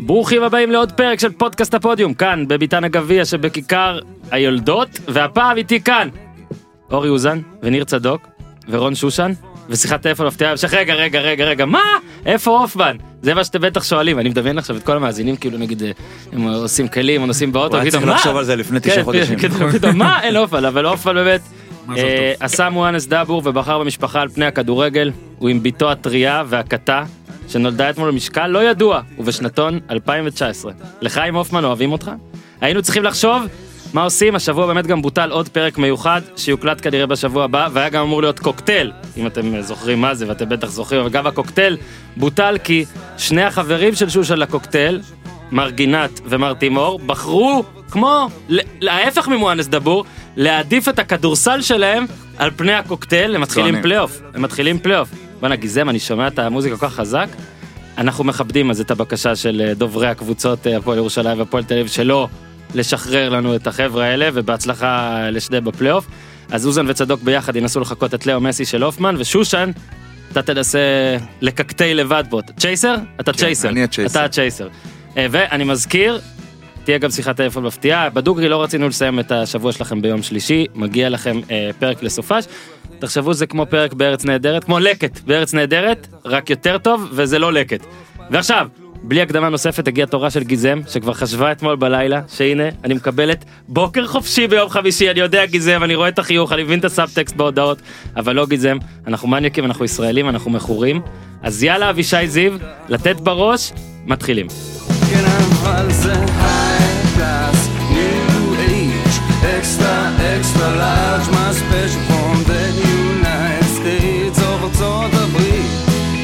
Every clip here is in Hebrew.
ברוכים הבאים לעוד פרק של פודקאסט הפודיום, כאן בביתן הגביע שבכיכר היולדות, והפעם איתי כאן אורי אוזן וניר צדוק ורון שושן ושיחת טלפון מפתיעה. רגע, מה? איפה הופמן? זה מה שאתם בטח שואלים. אני מדמיין עכשיו את כל המאזינים, כאילו נגיד הם עושים כלים או נוסעים באוטו, הוא היה צריך לחשוב על זה לפני 9 חודשים. מה? אין הופמן, אבל הופמן באמת עשה מואנס דאבור ובחר במשפחה על פני הכדורגל. הוא עם ביתו הטריה והקטה שנולדה אתמול במשקל לא ידוע, ובשנתון 2019. לחיים הופמן, אוהבים אותך? היינו צריכים לחשוב מה עושים. השבוע באמת גם בוטל עוד פרק מיוחד שיוקלט כנראה בשבוע הבא, והיה גם אמור להיות קוקטייל, אם אתם זוכרים מה זה, ואתם בטח זוכרים, אבל גם הקוקטייל בוטל כי שני החברים של שושן לקוקטייל, מר גינת ומר תימור, בחרו כמו להפך ממואנס דאבור, להעדיף את הכדורסל שלהם על פני הקוקטייל. הם מתחילים פלייאוף. בוא'נה גיזם, אני שומע את המוזיקה כל כך חזק. אנחנו מכבדים אז את הבקשה של דוברי הקבוצות הפועל ירושלים והפועל תל אביב שלא לשחרר לנו את החבר'ה האלה, ובהצלחה לשדה בפלייאוף. אז אוזן וצדוק ביחד ינסו לחכות את לאו מסי של הופמן, ושושן, אתה תנסה לקקטי לבד פה. צ'ייסר? אתה צ'ייסר. אני הצ'ייסר. אתה הצ'ייסר. ואני מזכיר, תהיה גם שיחת טלפון מפתיעה. בדוגרי לא רצינו לסיים את השבוע שלכם ביום שלישי, מגיע לכם פרק לסופש. תחשבו זה כמו פרק בארץ נהדרת, כמו לקט בארץ נהדרת, רק יותר טוב, וזה לא לקט. ועכשיו, בלי הקדמה נוספת, הגיעה תורה של גיזם, שכבר חשבה אתמול בלילה, שהנה, אני מקבלת בוקר חופשי ביום חמישי, אני יודע גיזם, אני רואה את החיוך, אני מבין את הסאבטקסט בהודעות, אבל לא גיזם, אנחנו מניאקים, אנחנו ישראלים, אנחנו מכורים, אז יאללה אבישי זיו, לתת בראש, מתחילים. כן, אבל זה high class, new age, extra large, my special from the United States of ארצות הברית.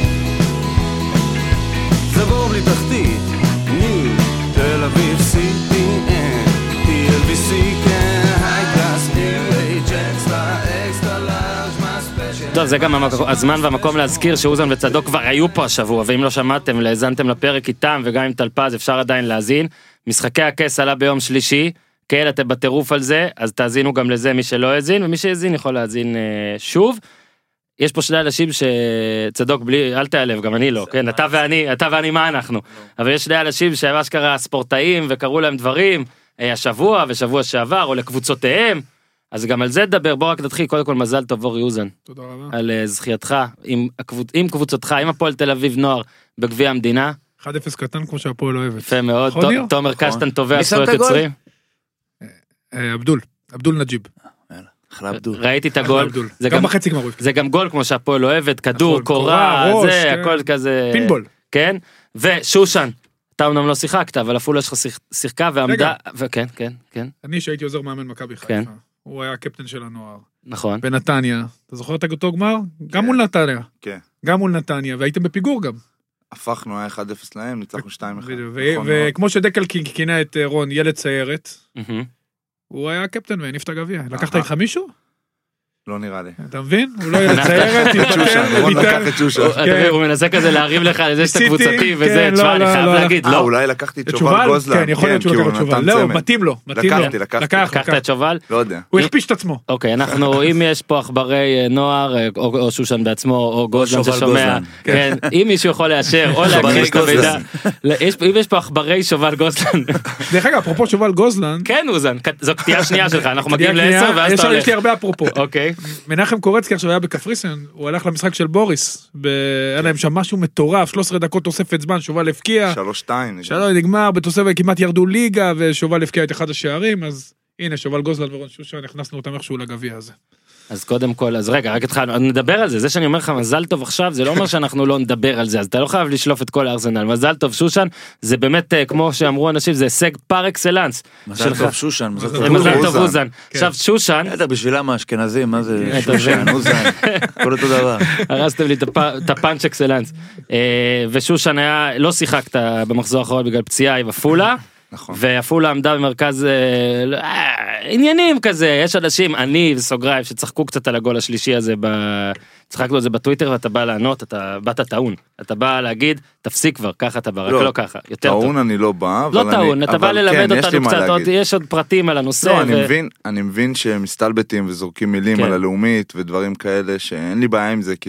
זה בור בלי תחתית, ניו, תל אביב, CPN, TLBC, כן, high class, new age, extra large, my special. טוב, זה גם הזמן והמקום להזכיר שאוזן וצדוק כבר היו פה השבוע, ואם לא שמעתם, להזנתם לפרק איתם, וגם עם טלפז אפשר עדיין להזין. משחקי הכס עלה ביום שלישי, כן, אתם בטירוף על זה, אז תאזינו גם לזה מי שלא האזין, ומי שהאזין יכול להאזין שוב. יש פה שני אנשים שצדוק בלי, אל תעלב, גם אני לא, כן, אתה ואני מה אנחנו? אבל יש שני אנשים שממש קרה ספורטאים וקראו להם דברים, השבוע ושבוע שעבר, או לקבוצותיהם, אז גם על זה נדבר. בוא רק נתחיל, קודם כל מזל טוב אורי אוזן. תודה רבה. על זכייתך, עם קבוצתך, עם הפועל תל אביב נוער בגביע המדינה. 1-0 קטן כמו שהפועל אוהבת. יפה מאוד, תומר קשטן תובע זכויות יוצרים. עבדול נג'יב. ראיתי את הגול, גם בחצי גמר. זה גם גול כמו שהפועל אוהבת, כדור, קורה, זה, הכל כזה. פינבול. כן, ושושן, אתה אמנם לא שיחקת, אבל אפילו יש לך שיחקה ועמדה, כן. אני שהייתי עוזר מאמן מכבי חיפה, הוא היה הקפטן של הנוער. נכון. בנתניה, אתה זוכר את אותו גמר? גם מול נתניה. כן. גם מול נתניה, והייתם בפיגור גם. הפכנו, היה 1-0 להם, ניצחנו 2-1. וכמו שדקל כינה את רון, ילד סיירת, הוא היה הקפטן והניף את הגביע. לקחת איתך מישהו? לא נראה לי. אתה מבין? הוא לא ילד סיירת, הוא מנסה כזה להרים לך לזה שאתה קבוצתי וזה, תשמע, אני חייב להגיד, לא. אולי לקחתי את שובל גוזלן. כן, יכול להיות שהוא לקח את שובל. לא, מתאים לו. לקחת את שובל? לא יודע. הוא הכפיש את עצמו. אוקיי, אנחנו, אם יש פה עכברי נוער, או שושן בעצמו, או גוזלן ששומע, כן, אם מישהו יכול לאשר, או להקריש את המידע, אם יש פה עכברי שובל גוזלן. דרך אגב, אפרופו שובל גוזלן. כן, אוזן, זו קטיעה שנייה שלך, אנחנו מגיעים ל10 ואז אתה הולך. יש לי הרבה אפרופו. אוקיי. מנחם קורצקי עכשיו היה בקפריסין, הוא הלך למשחק של בוריס, היה להם שם משהו מטורף, 13 דקות תוספת זמן, שובל הפקיע, 3-2, נגמר, בתוספת כמעט ירדו ליגה, ושובל הפקיע את אחד השערים, אז הנה, שובל גוזלן ורון שושן, נכנסנו אותם איכשהו לגביע הזה. אז קודם כל, אז רגע, רק התחלנו, נדבר על זה, זה שאני אומר לך מזל טוב עכשיו, זה לא אומר שאנחנו לא נדבר על זה, אז אתה לא חייב לשלוף את כל הארסנל, מזל טוב שושן, זה באמת, כמו שאמרו אנשים, זה הישג פר אקסלנס. מזל טוב שושן, מזל טוב אוזן. עכשיו שושן, בשבילם האשכנזים, מה זה שושן, אוזן, כל אותו דבר. הרסתם לי את הפאנץ' אקסלנס. ושושן היה, לא שיחקת במחזור האחרון בגלל פציעה עם עפולה, ואפולה עמדה במרכז עניינים כזה, יש אנשים, אני וסוגריים שצחקו קצת על הגול השלישי הזה, צחקנו את זה בטוויטר ואתה בא לענות, אתה באת טעון, אתה בא להגיד תפסיק כבר, ככה אתה בא, רק לא ככה, יותר טוב. טעון אני לא בא, לא טעון, אתה בא ללמד אותנו קצת, יש עוד פרטים על הנושא. אני מבין שמסתלבטים וזורקים מילים על הלאומית ודברים כאלה שאין לי בעיה עם זה, כי זה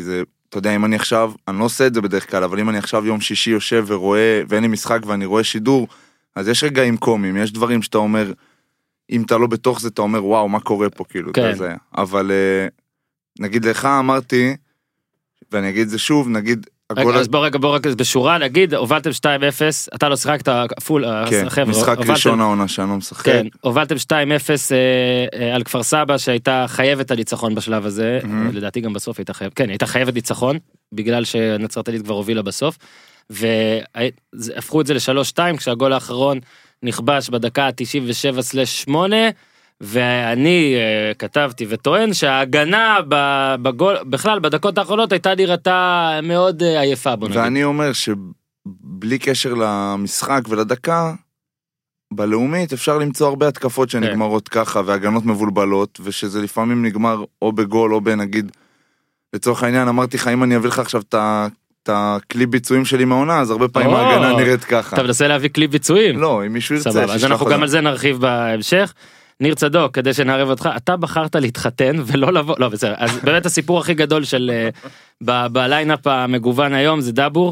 אתה יודע, אם אני עכשיו, אני לא עושה את זה בדרך כלל, אבל אם אני עכשיו יום שישי יושב ורואה, ואין לי משחק ואני רואה שידור, אז יש רגעים קומיים, יש דברים שאתה אומר, אם אתה לא בתוך זה, אתה אומר, וואו, מה קורה פה, כאילו, כן. זה. אבל נגיד לך, אמרתי, ואני אגיד זה שוב, נגיד, אז בוא רגע בשורה, נגיד, הובלתם 2-0, אתה לא שיחקת, פול, כן, משחק ראשון העונה שאני לא משחק. כן, הובלתם 2-0 על כפר סבא, שהייתה חייבת הניצחון בשלב הזה, לדעתי גם בסוף הייתה חייבת, כן, הייתה חייבת ניצחון, בגלל שנצרת עילית כבר הובילה בסוף, והפכו את זה ל3-2, כשהגול האחרון נכבש בדקה 97/8, ואני כתבתי וטוען שההגנה בכלל בדקות האחרונות הייתה נראתה מאוד עייפה, בוא נגיד. ואני אומר שבלי קשר למשחק ולדקה, בלאומית אפשר למצוא הרבה התקפות שנגמרות ככה, והגנות מבולבלות, ושזה לפעמים נגמר או בגול או בנגיד, לצורך העניין אמרתי לך, אם אני אביא לך עכשיו את הכלי ביצועים שלי מהעונה, אז הרבה פעמים ההגנה נראית ככה. אתה מנסה להביא כלי ביצועים? לא, אם מישהו ירצה. אז אנחנו גם על זה נרחיב בהמשך. ניר צדוק, כדי שנערב אותך, אתה בחרת להתחתן ולא לבוא, לא בסדר, אז באמת הסיפור הכי גדול של, בליינאפ המגוון היום זה דאבור,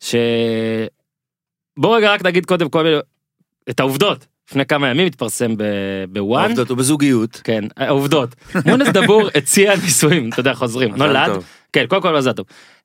בוא רגע רק נגיד קודם כל, את העובדות, לפני כמה ימים התפרסם בוואן. העובדות ובזוגיות. כן, העובדות. מונס דאבור הציע נישואים, אתה יודע, חוזרים, נולד, כן, קודם כל מזל טוב.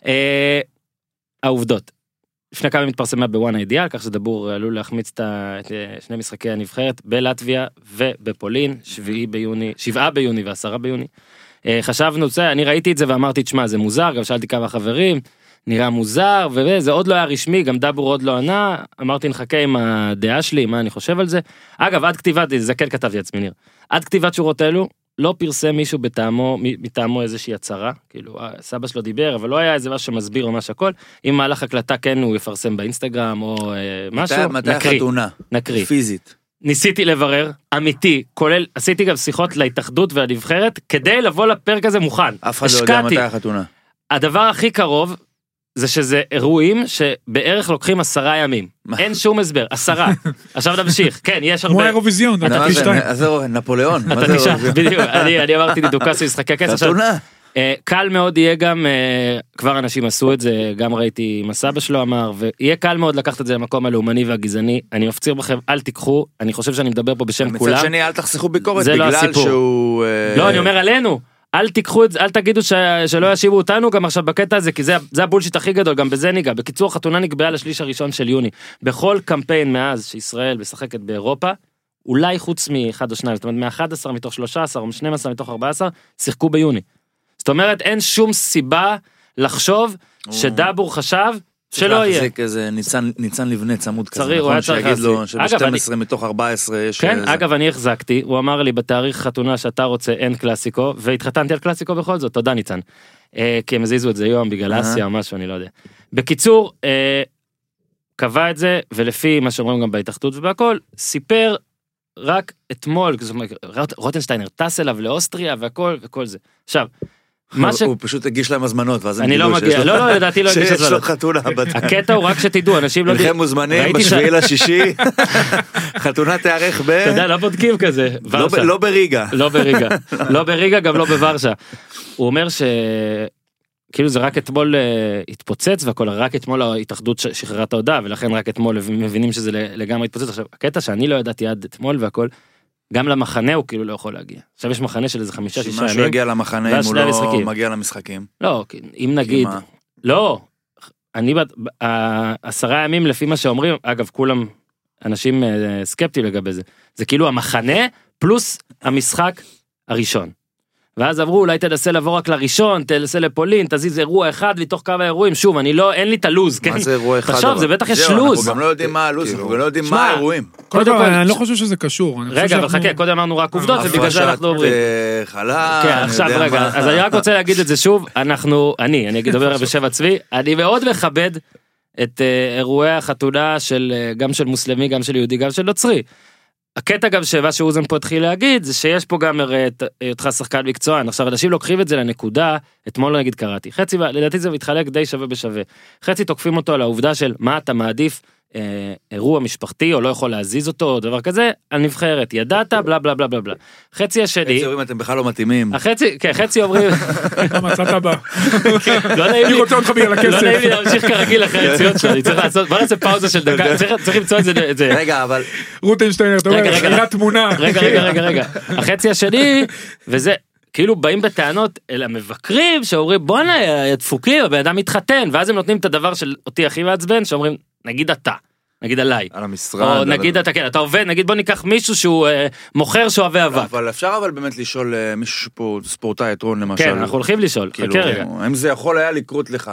העובדות. לפני כמה מתפרסמה בוואן האידיאל, כך שדבור עלול להחמיץ את שני משחקי הנבחרת בלטביה ובפולין, 7 ביוני ו10 ביוני. חשבנו, אני ראיתי את זה ואמרתי, תשמע, זה מוזר, גם שאלתי כמה חברים, נראה מוזר, וזה עוד לא היה רשמי, גם דבור עוד לא ענה, אמרתי נחכה עם הדעה שלי, מה אני חושב על זה. אגב, עד כתיבת, זה כן כתבתי עצמי ניר, עד כתיבת שורות אלו, לא פרסם מישהו מטעמו איזושהי הצהרה, כאילו סבא שלו דיבר, אבל לא היה איזה משהו שמסביר או משהו הכל, אם מהלך הקלטה כן הוא יפרסם באינסטגרם או משהו, מתי החתונה? נקריא. פיזית. ניסיתי לברר, אמיתי, כולל, עשיתי גם שיחות להתאחדות והנבחרת, כדי לבוא לפרק הזה מוכן. אף אחד לא יודע מתי החתונה. הדבר הכי קרוב, זה שזה אירועים שבערך לוקחים 10 ימים. אין שום הסבר, 10. עכשיו נמשיך, כן, יש הרבה. כמו האירוויזיון, אתה פי 2. אז זהו, נפוליאון. אתה תשאר, בדיוק, אני אמרתי דידוקס משחקי כס. חתונה. קל מאוד יהיה גם, כבר אנשים עשו את זה, גם ראיתי מה סבא שלו אמר, ויהיה קל מאוד לקחת את זה למקום הלאומני והגזעני. אני מפציר בכם, אל תיקחו, אני חושב שאני מדבר פה בשם כולם. מצד שני, אל תחסכו ביקורת, זה לא בגלל הסיפור. שהוא... לא, אני אומר עלינו. אל תיקחו את זה, אל תגידו שלא ישיבו אותנו גם עכשיו בקטע הזה, כי זה הבולשיט הכי גדול, גם בזה ניגע. בקיצור, החתונה נקבעה לשליש הראשון של יוני. בכל קמפיין מאז שישראל משחקת באירופה, אולי חוץ מ1 או 2, זאת אומרת מ-11 מתוך 13 או מ-12 מתוך 14, שיחקו ביוני. זאת אומרת, אין שום סיבה לחשוב שדאבור חשב שלא יהיה. זה כזה ניצן לבנה צמוד כזה, צריך, נכון? שיגיד לו שב-12 מתוך 14 יש... כן, אגב, אני החזקתי, הוא אמר לי בתאריך חתונה שאתה רוצה אין קלאסיקו, והתחתנתי על קלאסיקו בכל זאת, תודה ניצן. כי הם הזיזו את זה יום בגלל אסיה או משהו, אני לא יודע. בקיצור, קבע את זה, ולפי מה שאומרים גם בהתאחדות ובהכל, סיפר רק אתמול, רוטנשטיינר טס אליו לאוסטריה והכל וכל זה. עכשיו, הוא פשוט הגיש להם הזמנות, ואז אני לא מגיע, לא, לדעתי לא הגיש שיש לו חתונה. הקטע הוא רק שתדעו, אנשים לא... לכם מוזמנים ב7/6, חתונה תארך ב... אתה יודע, לא בודקים כזה. לא בריגה. לא בריגה, גם לא בוורשה. הוא אומר כאילו זה רק אתמול התפוצץ, והכל רק אתמול ההתאחדות שחררה את ההודעה, ולכן רק אתמול מבינים שזה לגמרי התפוצץ. עכשיו, הקטע שאני לא ידעתי עד אתמול והכל, גם למחנה הוא כאילו לא יכול להגיע. עכשיו יש מחנה של איזה 5-6 ימים. שמה שהוא יגיע למחנה אם הוא לא מגיע למשחקים. לא, אם נגיד, לא, אני 10 ימים לפי מה שאומרים, אגב כולם אנשים סקפטיים לגבי זה, זה כאילו המחנה פלוס המשחק הראשון. ואז אמרו, אולי תנסה לבוא רק לראשון, תנסה לפולין, תזיז אירוע אחד מתוך כמה אירועים, שוב, אין לי את הלוז, כן? מה זה אירוע אחד? עכשיו, זה בטח יש לוז. אנחנו גם לא יודעים מה הלוז, אנחנו גם לא יודעים מה האירועים. אני לא חושב שזה קשור. רגע, אבל חכה, קודם אמרנו רק עובדות, ובגלל זה אנחנו אומרים. חלה, כן, עכשיו רגע, אז אני רק רוצה להגיד את זה שוב, אני אגיד דבר בשבע צבי, אני מאוד מכבד את אירועי החתונה גם של מוסלמי, גם של יהודי, גם של נוצרי. הקטע גם שמה שאוזן פה התחיל להגיד, זה שיש פה גם אותך שחקן מקצוען. עכשיו, אנשים לוקחים את זה לנקודה, אתמול נגיד קראתי. חצי, לדעתי זה מתחלק די שווה בשווה. חצי תוקפים אותו על העובדה של מה אתה מעדיף, אירוע משפחתי, או לא יכול להזיז אותו, או דבר כזה, על נבחרת, ידעת, בלה בלה בלה בלה בלה. חצי השני... חצי אומרים, אתם בכלל לא מתאימים. חצי אומרים... מצאת הבא. לא נעים לי... אני רוצה אותך בגלל הכסף. לא נעים לי להמשיך כרגיל אחרי היציאות שלה, אני צריך לעשות... בוא נעשה פאוזה של דקה, צריך למצוא את זה. רגע, אבל... רוטנשטיינר, אתה אומר, חיירת תמונה. רגע. החצי השני, וזה... כאילו באים בטענות אל המבקרים שאומרים בואנה דפוקים, הבן אדם מתחתן, ואז הם נותנים את הדבר של אותי הכי מעצבן, שאומרים נגיד אתה, נגיד עליי. על המשרד. או נגיד אתה, כן, אתה עובד, נגיד בוא ניקח מישהו שהוא מוכר שאוהבי אבק. אבל אפשר אבל באמת לשאול מישהו שפה ספורטאי, את רון למשל. כן, אנחנו הולכים לשאול, חכה רגע. אם זה יכול היה לקרות לך.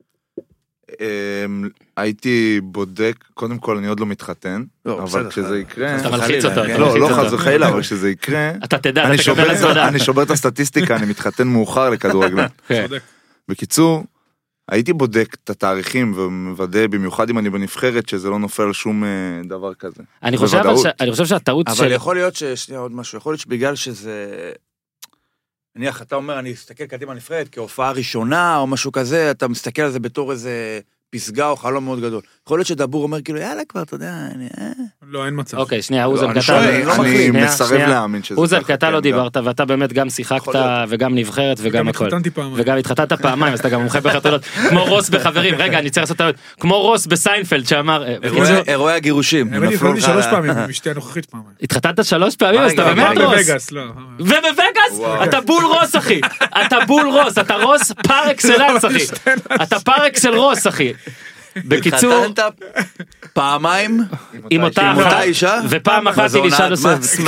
הייתי בודק, קודם כל אני עוד לא מתחתן, אבל כשזה יקרה... אתה מלחיץ אותו. לא חס וחלילה, אבל כשזה יקרה... אתה תדע, אתה תקבל הצמדה. אני שובר את הסטטיסטיקה, אני מתחתן מאוחר לכדורגלן. בקיצור, הייתי בודק את התאריכים ומוודא במיוחד אם אני בנבחרת שזה לא נופל על שום דבר כזה. אני חושב שהטעות של... אבל יכול להיות שנייה עוד משהו, יכול להיות שבגלל שזה... נניח, אתה אומר, אני אסתכל קדימה נפרד, כהופעה ראשונה או משהו כזה, אתה מסתכל על זה בתור איזה פסגה או חלום מאוד גדול. יכול להיות שדבור אומר, כאילו, יאללה כבר, אתה יודע, לא, אין מצב. אוקיי, שנייה, אוזן, אני מסרב להאמין שזה... אוזן, כי אתה לא דיברת, ואתה באמת גם שיחקת, וגם נבחרת, וגם הכל. וגם התחתנת פעמיים, אז אתה גם מומחה בחתונות, כמו רוס בחברים, רגע, אני צריך לעשות טעות, כמו רוס בסיינפלד שאמר... אירועי הגירושים. אני 3 פעמים, משתי הנוכחית פעמים. התחתנת 3 פעמים, אז אתה באמת רוס. ובווגאס, אתה בול רוס, אחי. אתה בול רוס, אתה רוס פר אקסלנס, אחי. אתה פר אקסל רוס, אחי. בקיצור, התחתנת פעמיים עם אותה אישה, ופעם אחת עם אישה נוספת.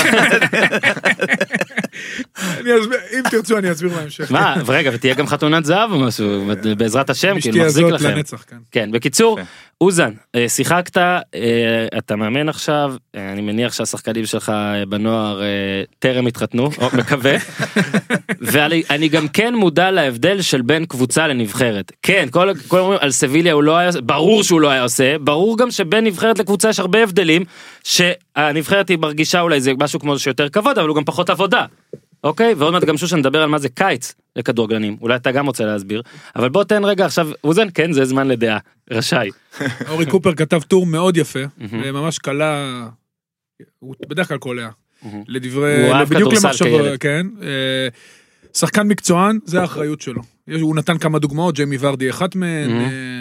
אם תרצו אני אסביר בהמשך. מה, ורגע, ותהיה גם חתונת זהב או משהו, בעזרת השם, כאילו מחזיק לכם. כן, בקיצור, אוזן, שיחקת, אתה מאמן עכשיו, אני מניח שהשחקנים שלך בנוער טרם התחתנו, או מקווה, ואני גם כן מודע להבדל של בין קבוצה לנבחרת. כן, כל אומרים על סביליה הוא לא היה, ברור שהוא לא היה עושה, ברור גם שבין נבחרת לקבוצה יש הרבה הבדלים, שהנבחרת היא מרגישה אולי זה משהו כמו שיותר כבוד, אבל הוא גם פחות עבודה. אוקיי? ועוד מעט גם שושן נדבר על מה זה קיץ לכדורגלנים, אולי אתה גם רוצה להסביר, אבל בוא תן רגע עכשיו, אוזן, כן, זה זמן לדעה, רשאי. אורי קופר כתב טור מאוד יפה, ממש קלה, הוא בדרך כלל קולע, לדברי, בדיוק למחשבו, כן, שחקן מקצוען, זה האחריות שלו, הוא נתן כמה דוגמאות, ג'יימי ורדי אחת מהן,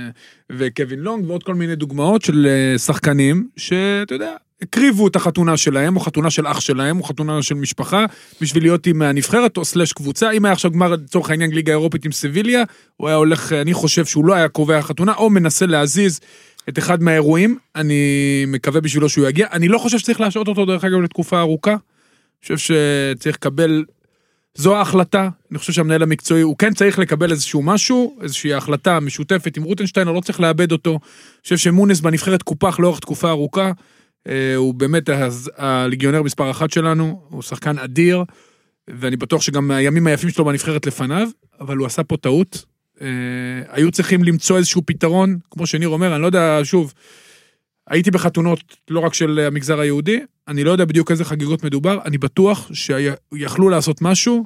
וקווין לונג, ועוד כל מיני דוגמאות של שחקנים, שאתה יודע, הקריבו את החתונה שלהם, או חתונה של אח שלהם, או חתונה של משפחה, בשביל להיות עם הנבחרת, או סלש קבוצה. אם היה עכשיו גמר לצורך העניין ליגה אירופית עם סביליה, הוא היה הולך, אני חושב שהוא לא היה קובע חתונה, או מנסה להזיז את אחד מהאירועים, אני מקווה בשבילו שהוא יגיע. אני לא חושב שצריך להשעות אותו דרך אגב לתקופה ארוכה, אני חושב שצריך לקבל, זו ההחלטה, אני חושב שהמנהל המקצועי, הוא כן צריך לקבל איזשהו משהו, איזושהי החלטה משותפת עם רוטנשטיינר, לא צריך לאבד אותו. אני חושב שמונס בנבחרת קופח לאורך תקופה ארוכה, הוא באמת הליגיונר מספר 1 שלנו, הוא שחקן אדיר, ואני בטוח שגם הימים היפים שלו בנבחרת לפניו, אבל הוא עשה פה טעות, היו צריכים למצוא איזשהו פתרון, כמו שניר אומר, אני לא יודע, שוב, הייתי בחתונות לא רק של המגזר היהודי, אני לא יודע בדיוק איזה חגיגות מדובר, אני בטוח שיכלו לעשות משהו,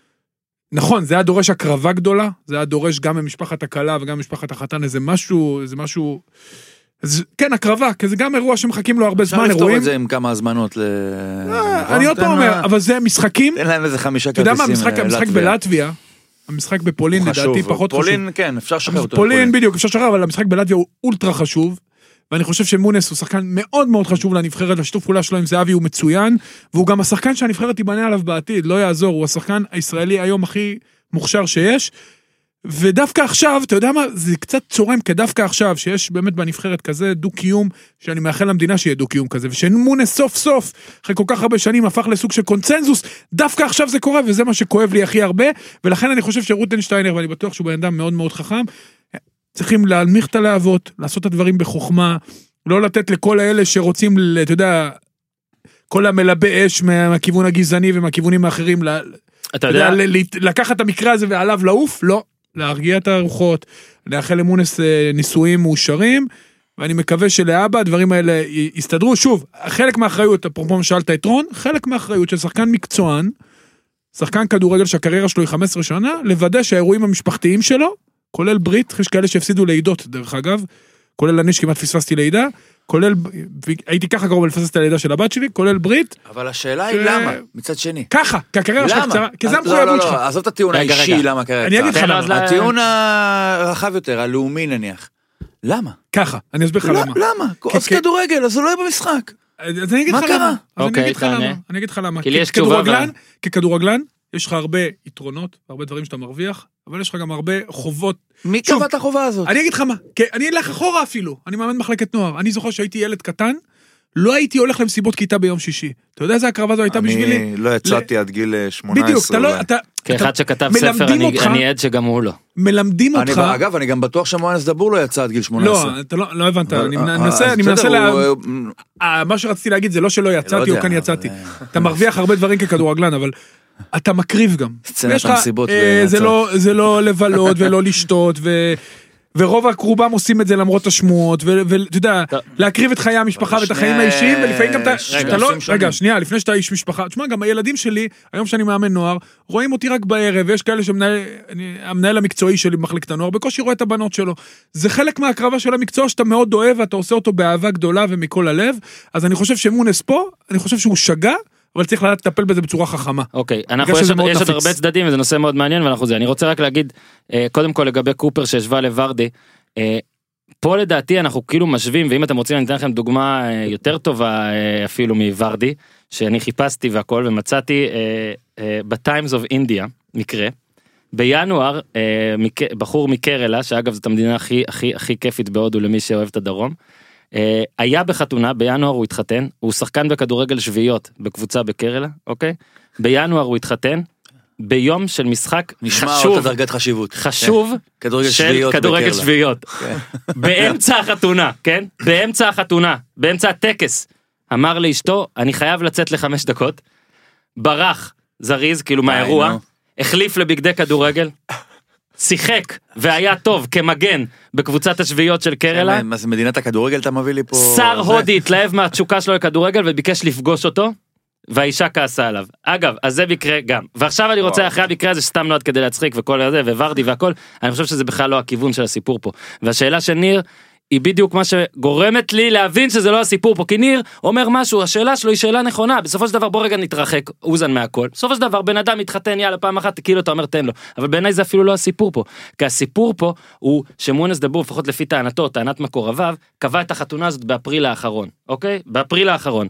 נכון, זה היה דורש הקרבה גדולה, זה היה דורש גם ממשפחת הקלה וגם ממשפחת החתן, איזה משהו, אז כן, הקרבה, כי זה גם אירוע שמחכים לו הרבה זמן, אירועים. אפשר לפתור את זה עם כמה הזמנות אני עוד פעם אומר, אבל זה משחקים. תן להם איזה 5 כרטיסים. אתה יודע מה, המשחק בלטביה, המשחק בפולין לדעתי פחות חשוב. פולין, כן, אפשר לשחרר אותו. פולין בדיוק, אפשר לשחרר, אבל המשחק בלטביה הוא אולטרה חשוב, ואני חושב שמונס הוא שחקן מאוד מאוד חשוב לנבחרת, לשיתוף פעולה שלו עם זהבי הוא מצוין, והוא גם השחקן שהנבחרת תיבנה עליו בעתיד, לא יעזור, הוא השחקן הישראלי היום הכי מוכשר שיש, ודווקא עכשיו, אתה יודע מה, זה קצת צורם, כדווקא עכשיו, שיש באמת בנבחרת כזה דו-קיום, שאני מאחל למדינה שיהיה דו-קיום כזה, ושמונס סוף סוף, אחרי כל כך הרבה שנים, הפך לסוג של קונצנזוס, דווקא עכשיו זה קורה, וזה מה שכואב לי הכי הרבה, ולכן אני חושב שרוטנשטיינר, ואני בטוח שהוא בן אדם מאוד מאוד חכם, צריכים להנמיך את הלהבות, לעשות את הדברים בחוכמה, לא לתת לכל האלה שרוצים, אתה יודע, כל המלבה אש מהכיוון הגזעני ומהכיוונים האחרים, אתה יודע, לקחת את המקרה הזה ועליו לעוף, לא. להרגיע את הרוחות, לאחל למונס ניסויים מאושרים, ואני מקווה שלאבא הדברים האלה יסתדרו. שוב, חלק מהאחריות, אפרופו שאלת את רון, חלק מהאחריות של שחקן מקצוען, שחקן כדורגל שהקריירה שלו היא 15 שנה, לוודא שהאירועים המשפחתיים שלו, כולל ברית, יש כאלה שהפסידו לידות דרך אגב, כולל אני שכמעט פספסתי לידה, כולל, הייתי ככה קרוב לפסס את הלידה של הבת שלי, כולל ברית. אבל השאלה היא למה, מצד שני. ככה, כי הקריירה שלך קצרה, כי זה המחויבות שלך. עזוב את הטיעון האישי, למה הקריירה קצרה. אני אגיד לך למה. הטיעון הרחב יותר, הלאומי נניח. למה? ככה, אני אסביר לך למה. למה? אז כדורגל, אז הוא לא יהיה במשחק. אז אני אגיד לך למה. אני אגיד לך למה. ככדורגלן, יש לך הרבה יתרונות, הרבה דברים שאתה מרוויח, אבל יש לך גם הרבה חובות. מי קבע את החובה הזאת? אני אגיד לך מה, אני אלך אחורה אפילו, אני מאמן מחלקת נוער, אני זוכר שהייתי ילד קטן, לא הייתי הולך למסיבות כיתה ביום שישי. אתה יודע איזה הקרבה זו הייתה בשבילי? אני לא יצאתי עד גיל 18. בדיוק, כאחד שכתב ספר, אני עד שגם הוא לא. מלמדים אותך. אגב, אני גם בטוח שמואנס דבור לא יצא עד גיל 18. לא, אתה לא הבנת, אני מנסה מה שרציתי להגיד זה לא שלא יצאתי או כאן יצאתי. אתה מרוויח הרבה דברים ככדורגלן, אבל אתה מקריב גם. זה לא לבלות ולא לשתות ורוב הקרובם עושים את זה למרות השמועות, ואתה יודע, להקריב את חיי המשפחה ואת החיים האישיים, ולפעמים גם אתה לא, רגע, שנייה, לפני שאתה איש משפחה, תשמע, גם הילדים שלי, היום שאני מאמן נוער, רואים אותי רק בערב, ויש כאלה שהמנהל המקצועי שלי במחלקת הנוער, בקושי רואה את הבנות שלו. זה חלק מההקרבה של המקצוע שאתה מאוד אוהב, ואתה עושה אותו באהבה גדולה ומכל הלב, אז אני חושב שמונס פה, אני חושב שהוא שגה, אבל צריך לטפל בזה בצורה חכמה. אוקיי, יש עוד הרבה צדדים, וזה נושא מאוד מעניין, אני רוצה רק להגיד, קודם כל לגבי קופר שהשווה לוורדי, פה לדעתי אנחנו כאילו משווים, ואם אתם רוצים אני אתן לכם דוגמה יותר טובה אפילו מוורדי, שאני חיפשתי והכל, ומצאתי ב-Times of India, מקרה, בינואר, בחור מקרלה, שאגב זאת המדינה הכי כיפית בהודו למי שאוהב את הדרום, היה בחתונה, בינואר הוא התחתן, הוא שחקן בכדורגל שביעיות בקבוצה בקרלה, אוקיי? בינואר הוא התחתן, ביום של משחק חשוב, כדורגל שביעיות, באמצע החתונה, כן? באמצע הטקס, אמר לאשתו, אני חייב לצאת ל5 דקות, ברח, זריז, כאילו מהאירוע, החליף לבגדי כדורגל, שיחק והיה טוב כמגן בקבוצת השביעיות של קרלה. מה זה מדינת הכדורגל אתה מביא לי פה? שר הודי התלהב מהתשוקה שלו לכדורגל וביקש לפגוש אותו, והאישה כעסה עליו. אגב, אז זה מקרה גם. ועכשיו אני רוצה אחרי המקרה הזה סתם נועד כדי להצחיק וכל הזה, וורדי והכל, אני חושב שזה בכלל לא הכיוון של הסיפור פה. והשאלה של ניר, היא בדיוק מה שגורמת לי להבין שזה לא הסיפור פה, כי ניר אומר משהו, השאלה שלו היא שאלה נכונה, בסופו של דבר בוא רגע נתרחק, אוזן מהכל, בסופו של דבר בן אדם מתחתן יאללה פעם אחת, כאילו אתה אומר תן לו, אבל בעיניי זה אפילו לא הסיפור פה, כי הסיפור פה הוא שמואנס דבור, לפחות לפי טענתו, טענת מקורביו, קבע את החתונה הזאת באפריל האחרון, אוקיי? באפריל האחרון.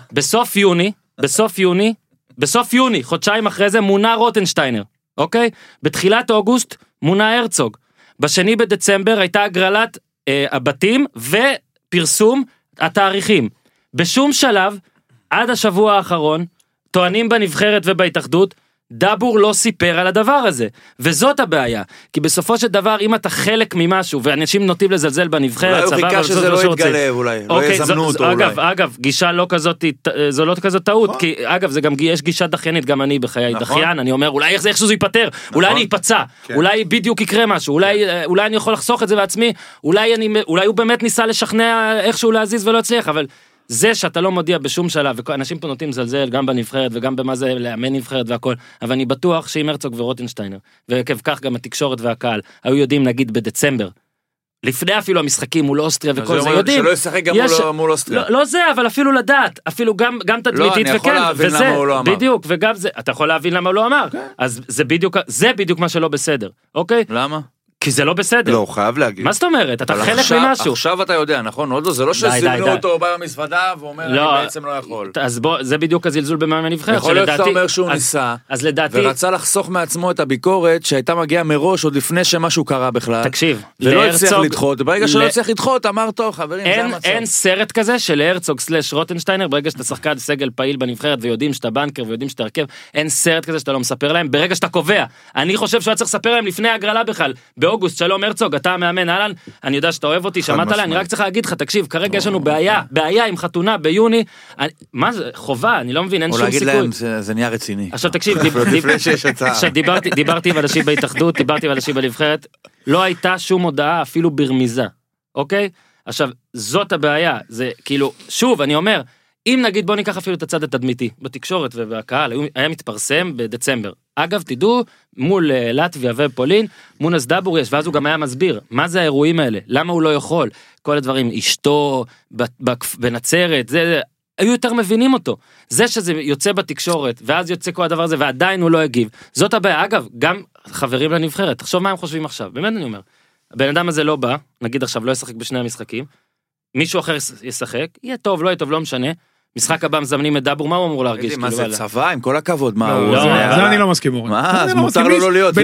בסוף יוני, חודשיים אחרי זה מונה רוטנשטיינר, אוקיי? בתחילת אוגוסט מונה הרצוג. ב2 בדצמבר הייתה הגרלת הבתים ופרסום התאריכים. בשום שלב, עד השבוע האחרון, טוענים בנבחרת ובהתאחדות, דבור לא סיפר על הדבר הזה, וזאת הבעיה, כי בסופו של דבר, אם אתה חלק ממשהו, ואנשים נוטים לזלזל בנבחרת, אולי הוא חיכה שזה לא יתגלה, אולי, לא יזמנו אותו אולי. אגב, גישה לא כזאת, זו לא כזאת טעות, כי אגב, זה גם, יש גישה דחיינית, גם אני בחיי דחיין, אני אומר, אולי איכשהו זה ייפטר, אולי אני אפצע, אולי בדיוק יקרה משהו, אולי אני יכול לחסוך את זה בעצמי, אולי הוא באמת ניסה לשכנע איכשהו להזיז ולא הצליח, אבל זה שאתה לא מודיע בשום שלב, ואנשים פה נוטים זלזל גם בנבחרת וגם במה זה לאמן נבחרת והכל, אבל אני בטוח שאם הרצוג ורוטנשטיינר, ועקב כך גם התקשורת והקהל, היו יודעים נגיד בדצמבר, לפני אפילו המשחקים מול אוסטריה וכל זה יודעים. שלא ישחק גם מול אוסטריה. לא זה, אבל אפילו לדעת, אפילו גם תדמיתית וכן, וזה, בדיוק, וגם זה, אתה יכול להבין למה הוא לא אמר, אז זה בדיוק מה שלא בסדר, אוקיי? למה? כי זה לא בסדר. לא, הוא חייב להגיד. מה זאת אומרת? אתה חלק ממשהו. עכשיו אתה יודע, נכון? עוד לא, זה לא שסימנו אותו בא במזוודה ואומר, אני בעצם לא יכול. אז בוא, זה בדיוק הזלזול במאמן נבחרת. יכול להיות שאתה אומר שהוא ניסה, ורצה לחסוך מעצמו את הביקורת שהייתה מגיעה מראש עוד לפני שמשהו קרה בכלל. תקשיב, ולא הצליח לדחות, ברגע שלא הצליח לדחות, אמר טוב, חברים, זה המצב. אין סרט כזה של הרצוג סלש רוטנשטיינר, ברגע שאתה שחקן סגל פעיל בנבחרת ויודעים שאתה בנקר ויודעים שאתה הרכב, אין סרט כזה שאתה לא מספר להם, ברגע שאתה קובע. אני חושב שהוא צריך לספר להם לפני ההגרלה בכלל. באוגוסט, שלום הרצוג, אתה המאמן, אהלן, אני יודע שאתה אוהב אותי, שמעת עליי, אני רק צריך להגיד לך, תקשיב, כרגע יש לנו בעיה עם חתונה ביוני, מה זה, חובה, אני לא מבין, אין שום סיכוי. להם, זה נהיה רציני. עכשיו תקשיב, דיברתי עם אנשים בהתאחדות, דיברתי עם אנשים בנבחרת, לא הייתה שום הודעה, אפילו ברמיזה, אוקיי? עכשיו, זאת הבעיה, זה כאילו, שוב, אני אומר, אם נגיד בוא ניקח אפילו את הצד התדמיתי, בתקשורת ובקהל, היה מתפרסם בדצמבר. אגב, תדעו, מול לטביה ופולין, מונס דאבור יש, ואז הוא גם היה מסביר, מה זה האירועים האלה, למה הוא לא יכול, כל הדברים, אשתו, בנצרת, זה, היו יותר מבינים אותו. זה שזה יוצא בתקשורת, ואז יוצא כל הדבר הזה, ועדיין הוא לא הגיב. זאת הבעיה. אגב, גם חברים לנבחרת, תחשוב מה הם חושבים עכשיו, באמת אני אומר. הבן אדם הזה לא בא, נגיד עכשיו לא ישחק בשני המשחקים, מישהו אחר ישחק, יהיה טוב, לא יהיה טוב, לא משנה. משחק הבא מזמנים את דאבור, מה הוא אמור להרגיש? מה זה צבא, עם כל הכבוד, מה הוא... זה אני לא מסכים, אורן. מה, אז מותר לו לא להיות,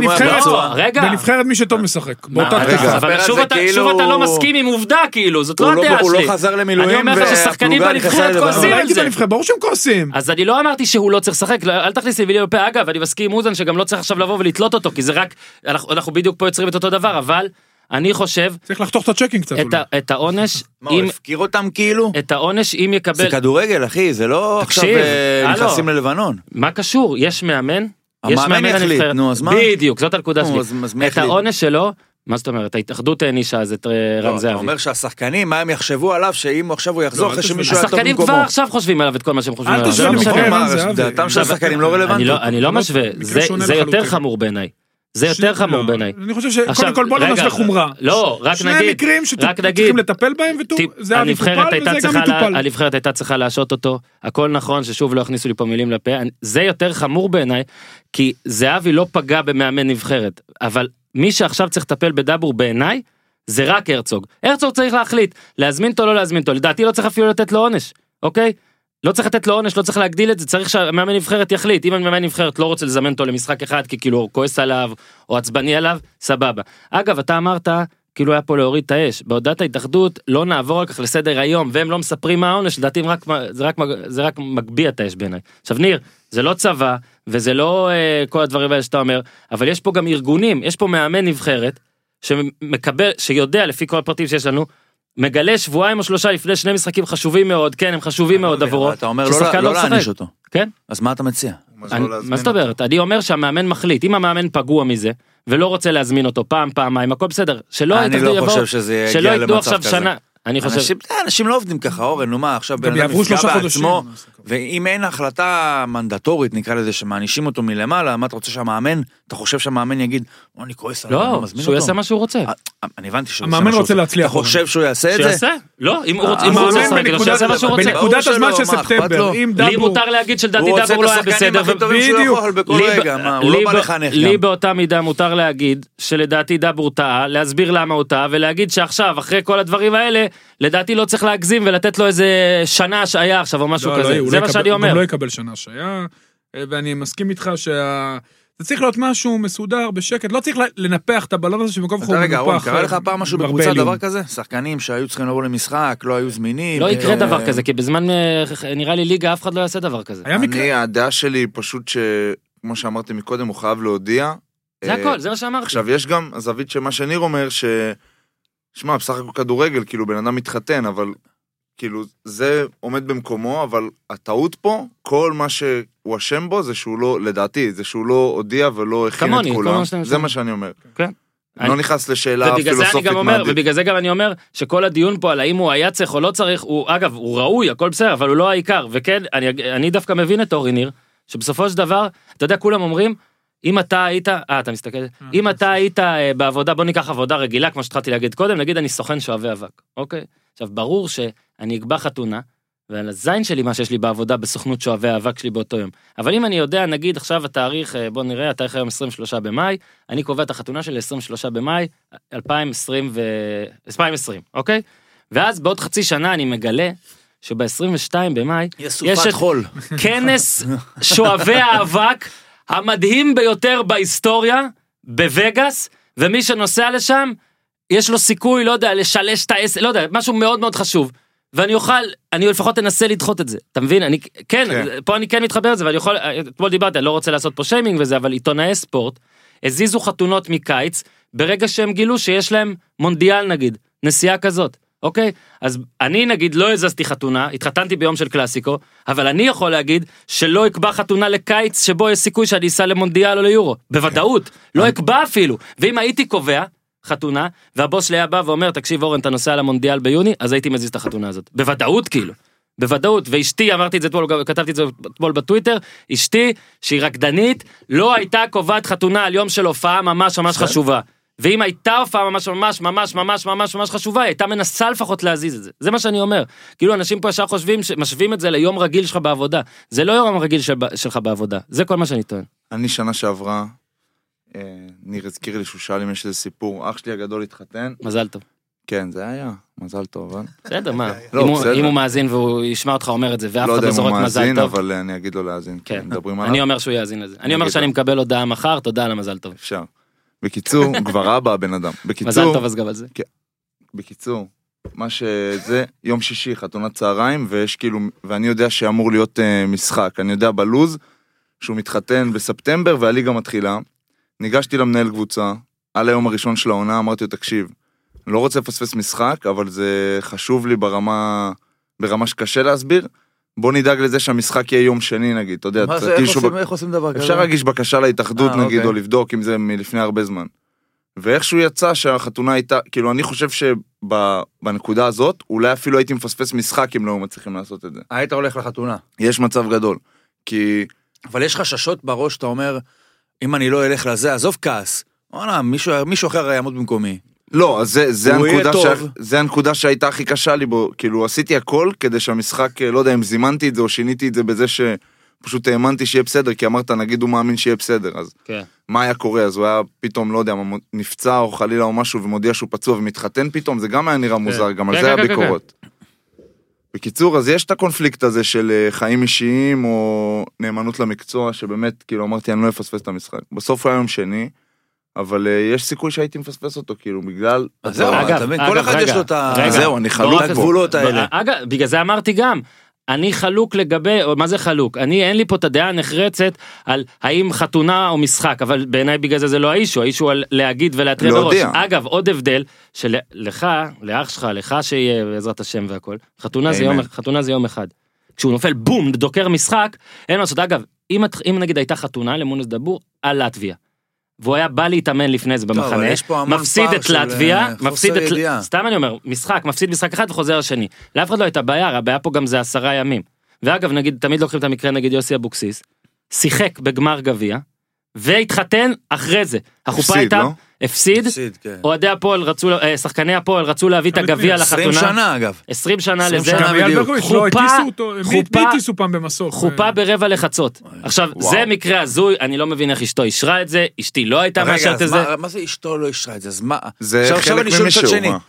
בנבחרת מי שטוב משחק. אבל שוב אתה לא מסכים עם עובדה, כאילו, זאת לא הדעה שלי. הוא לא חזר למילואים, אני אומר לך ששחקנים בנבחרת כועסים על זה. ברור שהם כועסים. אז אני לא אמרתי שהוא לא צריך לשחק, אל תכניס לי וילי בפה, אגב, אני מסכים עם אוזן שגם לא צריך עכשיו לבוא ולתלות אותו, כי זה רק, אנחנו בדיוק פה יוצרים את אותו דבר, אבל אני חושב... צריך לחתוך את הצ'קינג קצת. את העונש... מה, הוא הפקיר אותם כאילו? את העונש אם יקבל... זה כדורגל, אחי, זה לא עכשיו נכנסים ללבנון. מה קשור? יש מאמן? המאמן יחליט, נו, אז מה? בדיוק, זאת הנקודה שלי. את העונש שלו, מה זאת אומרת? ההתאחדות הענישה אז את רן זהבי. אתה אומר שהשחקנים, מה הם יחשבו עליו, שאם עכשיו הוא יחזור אחרי שמישהו היה טוב במקומו. השחקנים כבר עכשיו חושבים עליו את כל מה שהם חושבים עליו. אל תשווה למקרה, דעתם של השחקנים לא רלוונטית. אני לא משווה, זה יותר חמור בעיניי. זה יותר חמור בעיניי. אני חושב שקודם כל בוא לא נשווה חומרה. לא, רק נגיד. שני מקרים שצריכים לטפל בהם וזהבי טופל וזה גם יטופל. הנבחרת הייתה צריכה להשעות אותו, הכל נכון ששוב לא הכניסו לי פה מילים לפה, זה יותר חמור בעיניי, כי זהבי לא פגע במאמן נבחרת, אבל מי שעכשיו צריך לטפל בדאבור בעיניי, זה רק הרצוג. הרצוג צריך להחליט, להזמין אותו או לא להזמין אותו, לדעתי לא צריך אפילו לתת לו עונש, אוקיי? לא צריך לתת לו עונש, לא צריך להגדיל את זה, צריך שהמאמן נבחרת יחליט, אם המאמן נבחרת לא רוצה לזמן אותו למשחק אחד, כי כאילו הוא כועס עליו, או עצבני עליו, סבבה. אגב, אתה אמרת, כאילו היה פה להוריד את האש, בהודעת ההתאחדות, לא נעבור על כך לסדר היום, והם לא מספרים מה העונש, לדעתי זה רק מגביה את האש בעיניי. עכשיו ניר, זה לא צבא, וזה לא כל הדברים האלה שאתה אומר, אבל יש פה גם ארגונים, יש פה מאמן נבחרת, שמקבל, שיודע לפי כל הפרטים שיש לנו, מגלה שבועיים או שלושה לפני שני משחקים חשובים מאוד, כן, הם חשובים מאוד עבורו. אתה אומר לא להעניש אותו. כן? אז מה אתה מציע? מה זאת אומרת? אני אומר שהמאמן מחליט, אם המאמן פגוע מזה, ולא רוצה להזמין אותו פעמיים, הכל בסדר. אני לא חושב שזה יגיע למצב כזה. אני חושב... אנשים לא עובדים ככה, אורן, נו מה, עכשיו בן אדם נפגע בעצמו, ואם אין החלטה מנדטורית, נקרא לזה, שמענישים אותו מלמעלה, מה אתה רוצה שהמאמן, אתה חושב שהמאמן יגיד, אני כועס עליו, אני מזמין אותו? לא, שהוא יעשה מה שהוא רוצה. אני הבנתי שהוא המאמן רוצה להצליח. אתה חושב שהוא יעשה את זה? שיעשה? לא, אם הוא רוצה לשחק, שיעשה מה שהוא רוצה. בנקודת הזמן של ספטמבר, לי מותר להגיד שלדעתי דאבור לא היה בסדר, לי באותה מידה מותר להגיד שלדעתי דאבור טעה, להסביר למה הוא טעה, ולהגיד שעכשיו, אחרי כל הדברים האלה, לדעתי לא צריך להגזים ולתת לו איזה שנה השעיה עכשיו או משהו כזה. זה מה שאני אומר. הוא לא יקבל שנה השעיה, ואני מסכים איתך זה צריך להיות משהו מסודר, בשקט, לא צריך לנפח את הבלון הזה שמקום חור. רגע, רון, קרא לך פעם משהו בקבוצה דבר כזה? שחקנים שהיו צריכים לבוא למשחק, לא היו זמינים. לא יקרה דבר כזה, כי בזמן, נראה לי ליגה, אף אחד לא יעשה דבר כזה. הדעה שלי פשוט כמו שאמרתי מקודם, הוא חייב להודיע. זה הכל, זה מה שאמרתי. עכשיו, יש גם הזווית שמה שניר אומר, שמע, בסך הכל כדורגל, כאילו בן אדם מתחתן, אבל כאילו זה עומד במקומו, אבל הטעות פה, כל מה שהוא אשם בו, זה שהוא לא, לדעתי, זה שהוא לא הודיע ולא הכין את כולם. זה מה שאני אומר. כן. לא נכנס לשאלה פילוסופית. ובגלל זה גם אני אומר, שכל הדיון פה על האם הוא היה צריך או לא צריך, אגב, הוא ראוי, הכל בסדר, אבל הוא לא העיקר. וכן, אני דווקא מבין את אורי ניר, שבסופו של דבר, אתה יודע, כולם אומרים, אם אתה היית, אתה מסתכל, אם אתה היית בעבודה, בוא ניקח עבודה רגילה, כמו שהתחלתי להגיד קודם, נגיד אני סוכן שואבי אבק, אוקיי? עכשיו, ברור שאני אקבע חתונה, ועל הזין שלי מה שיש לי בעבודה בסוכנות שואבי האבק שלי באותו יום. אבל אם אני יודע, נגיד עכשיו התאריך, בוא נראה, התאריך היום 23 במאי, אני קובע את החתונה שלי 23 במאי 2020, אוקיי? ואז בעוד חצי שנה אני מגלה שב-22 במאי יש את כנס שואבי האבק המדהים ביותר בהיסטוריה, בווגאס, ומי שנוסע לשם, יש לו סיכוי, לא יודע, לשלש את העסק, לא יודע, משהו מאוד מאוד חשוב. אני לפחות אנסה לדחות את זה. אתה מבין? כן, פה אני כן מתחבר את זה, ואני יכול, אתמול דיברתי, אני לא רוצה לעשות פה שיימינג וזה, אבל עיתונאי ספורט, הזיזו חתונות מקיץ, ברגע שהם גילו שיש להם מונדיאל נגיד, נסיעה כזאת. אוקיי? אז אני נגיד לא הזזתי חתונה, התחתנתי ביום של קלאסיקו, אבל אני יכול להגיד שלא אקבע חתונה לקיץ שבו יש סיכוי שאני אסע למונדיאל או ליורו. בוודאות. לא אקבע אפילו. ואם הייתי קובע חתונה, והבוס שלי היה בא ואומר, תקשיב אורן, אתה נוסע למונדיאל ביוני, אז הייתי מזיז את החתונה הזאת. בוודאות כאילו. בוודאות, ואשתי, אמרתי את זה אתמול, כתבתי את זה אתמול בטוויטר, אשתי, שהיא רקדנית, לא הייתה קובעת חתונה על יום של הופעה ממש ממש חשובה. ואם הייתה הופעה ממש חשובה, היא הייתה מנסה לפחות להזיז את זה. זה מה שאני אומר. כאילו אנשים פה ישר חושבים, משווים את זה ליום רגיל שלך בעבודה. זה לא יום רגיל שלך בעבודה. זה כל מה שאני טוען. אני שנה שעברה, ניר הזכיר לי שהוא שאל אם יש איזה סיפור, אח שלי הגדול התחתן. מזל טוב. כן, זה היה, מזל טוב, אבל... בסדר, מה? אם הוא מאזין והוא ישמע אותך אומר את זה, ואף אחד לא זורק מזל טוב. לא יודע אם הוא מאזין, אבל אני אגיד לו להאזין. כן, אני אומר שהוא יאזין לזה. אני אומר שאני מקבל הודעה מחר, תודה על המזל טוב. אפשר. בקיצור, כבר אבא הבן אדם. מזל טוב אז גם על זה. בקיצור, מה שזה, יום שישי, חתונת צהריים, ויש כאילו, ואני יודע שאמור להיות משחק. אני יודע בלוז, שהוא מתחתן בספטמבר, והליגה מתחילה. ניגשתי למנהל קבוצה, על היום הראשון של העונה, אמרתי לו, תקשיב, לא רוצה לפספס משחק, אבל זה חשוב לי ברמה שקשה להסביר. בוא נדאג לזה שהמשחק יהיה יום שני, נגיד, אתה יודע. איך עושים דבר כזה? אפשר להגיש בקשה להתאחדות, נגיד, או לבדוק אם זה מלפני הרבה זמן. ואיכשהו יצא שהחתונה הייתה, כאילו, אני חושב שבנקודה הזאת, אולי אפילו הייתי מפספס משחק אם לא מצליחים לעשות את זה. היית הולך לחתונה. יש מצב גדול. כי... אבל יש חששות בראש, אתה אומר, אם אני לא אלך לזה, עזוב כעס. מישהו אחר יעמוד במקומי. לא, אז זה הנקודה שהייתה הכי קשה לי בו, כאילו עשיתי הכל כדי שהמשחק, לא יודע אם זימנתי את זה או שיניתי את זה בזה שפשוט האמנתי שיהיה בסדר, כי אמרת נגיד הוא מאמין שיהיה בסדר, אז מה היה קורה? אז הוא היה פתאום, לא יודע, נפצע או חלילה או משהו ומודיע שהוא פצוע ומתחתן פתאום, זה גם היה נראה מוזר, גם על זה היה ביקורות. בקיצור, אז יש את הקונפליקט הזה של חיים אישיים או נאמנות למקצוע, שבאמת, כאילו אמרתי, אני לא אפספס את המשחק. בסוף היה יום שני, אבל יש סיכוי שהייתי מפספס אותו, כאילו, בגלל... זהו, כל אחד יש לו את ה... זהו, אני חלוק הגבולות האלה. אגב, בגלל זה אמרתי גם, אני חלוק לגבי, מה זה חלוק? אין לי פה את הדעה הנחרצת על האם חתונה או משחק, אבל בעיניי בגלל זה לא האישו, האישו על להגיד ולהטריע בראש. אגב, עוד הבדל, שלך, לאח שלך, לך שיהיה בעזרת השם והכל, חתונה זה יום אחד. כשהוא נופל בום, דוקר משחק, אין מה לעשות. אגב, אם נגיד הייתה חתונה למונס דבור על לטביה, והוא היה בא להתאמן לפני זה במחנה, מפסיד את לטביה, סתם אני אומר, מפסיד משחק אחד וחוזר השני. לאף אחד לא הייתה בעיה, הבעיה פה גם זה 10 ימים. ואגב, נגיד, תמיד לוקחים את המקרה, נגיד יוסי אבוקסיס, שיחק בגמר גביע, והתחתן אחרי זה. החופה הייתה, הפסיד, אוהדי הפועל רצו, שחקני הפועל רצו להביא את הגביע לחתונה. 20 שנה אגב. 20 שנה לזה. חופה ברבע לחצות. עכשיו, זה מקרה הזוי, אני לא מבין איך אשתו אישרה את זה, אשתי לא הייתה מאשרת את זה. מה זה אשתו לא אישרה את זה? אז מה? זה חלק ממישהו.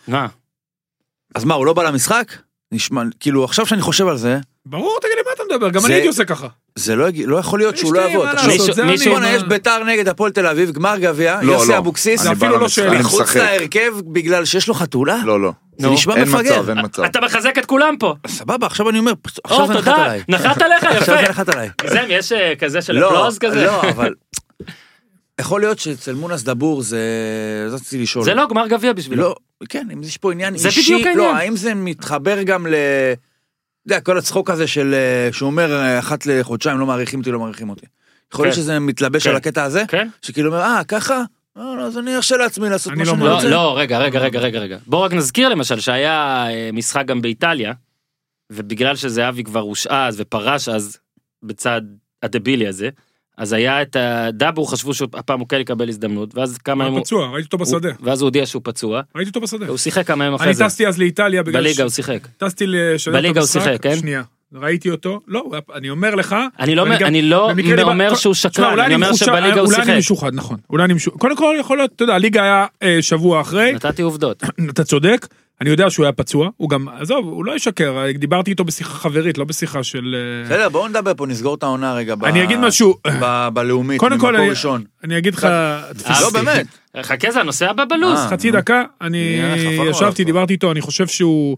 אז מה, הוא לא בא למשחק? כאילו, עכשיו שאני חושב על זה... ברור, תגיד לי מה אתה מדבר, גם אני הייתי עושה ככה. זה לא יכול להיות שהוא לא יבוא. יש ביתר נגד הפועל תל אביב, גמר גביע, יוסי אבוקסיס, זה אפילו לא שאלה. מחוץ להרכב בגלל שיש לו חתולה? לא. זה נשמע מפגר. אתה מחזק את כולם פה. סבבה, עכשיו אני אומר, עכשיו זה נחת עליי. נחת עליך, יפה. עכשיו זה נחת עליי. זה, יש כזה של אפלוז כזה? לא, אבל... יכול להיות שאצל מונס דבור זה... רציתי לשאול. זה לא גמר גביע בשבילו. לא, כן, אם יש פה עניין אישי, לא, האם זה מתחבר גם ל... אתה יודע, כל הצחוק הזה של... שהוא אומר, אחת לחודשיים לא מעריכים אותי. יכול להיות שזה מתלבש על הקטע הזה? כן. שכאילו אומר, ככה? אז אני ארשה לעצמי לעשות מה שאני רוצה. לא, רגע. בואו רק נזכיר למשל שהיה משחק גם באיטליה, ובגלל שזהבי כבר הושעה ופרש אז בצד הדבילי הזה, אז היה את הדאבור, חשבו שהפעם הוא כן יקבל הזדמנות, ואז כמה ימים... הוא פצוע, ראיתי אותו בשדה. ואז הוא הודיע שהוא פצוע. ראיתי אותו בשדה. הוא שיחק כמה ימים אחרי זה. אני טסתי אז לאיטליה בגלל... בליגה הוא שיחק. טסתי לשלם את המשחק, שנייה. ראיתי אותו, לא, אני אומר לך... אני לא אומר שהוא שקרן, אני אומר שבליגה הוא שיחק. אולי אני משוחד, נכון. קודם כל יכול להיות, אתה יודע, הליגה היה שבוע אחרי. נתתי עובדות. אתה צודק. אני יודע שהוא היה פצוע, הוא גם, עזוב, הוא לא ישקר, דיברתי איתו בשיחה חברית, לא בשיחה של... בסדר, בואו נדבר פה, נסגור את העונה רגע. אני אגיד משהו... בלאומית, קודם כל, אני אגיד לך... לא, באמת. חכה, זה הנושא הבא בלוז. חצי דקה, אני ישבתי, דיברתי איתו, אני חושב שהוא...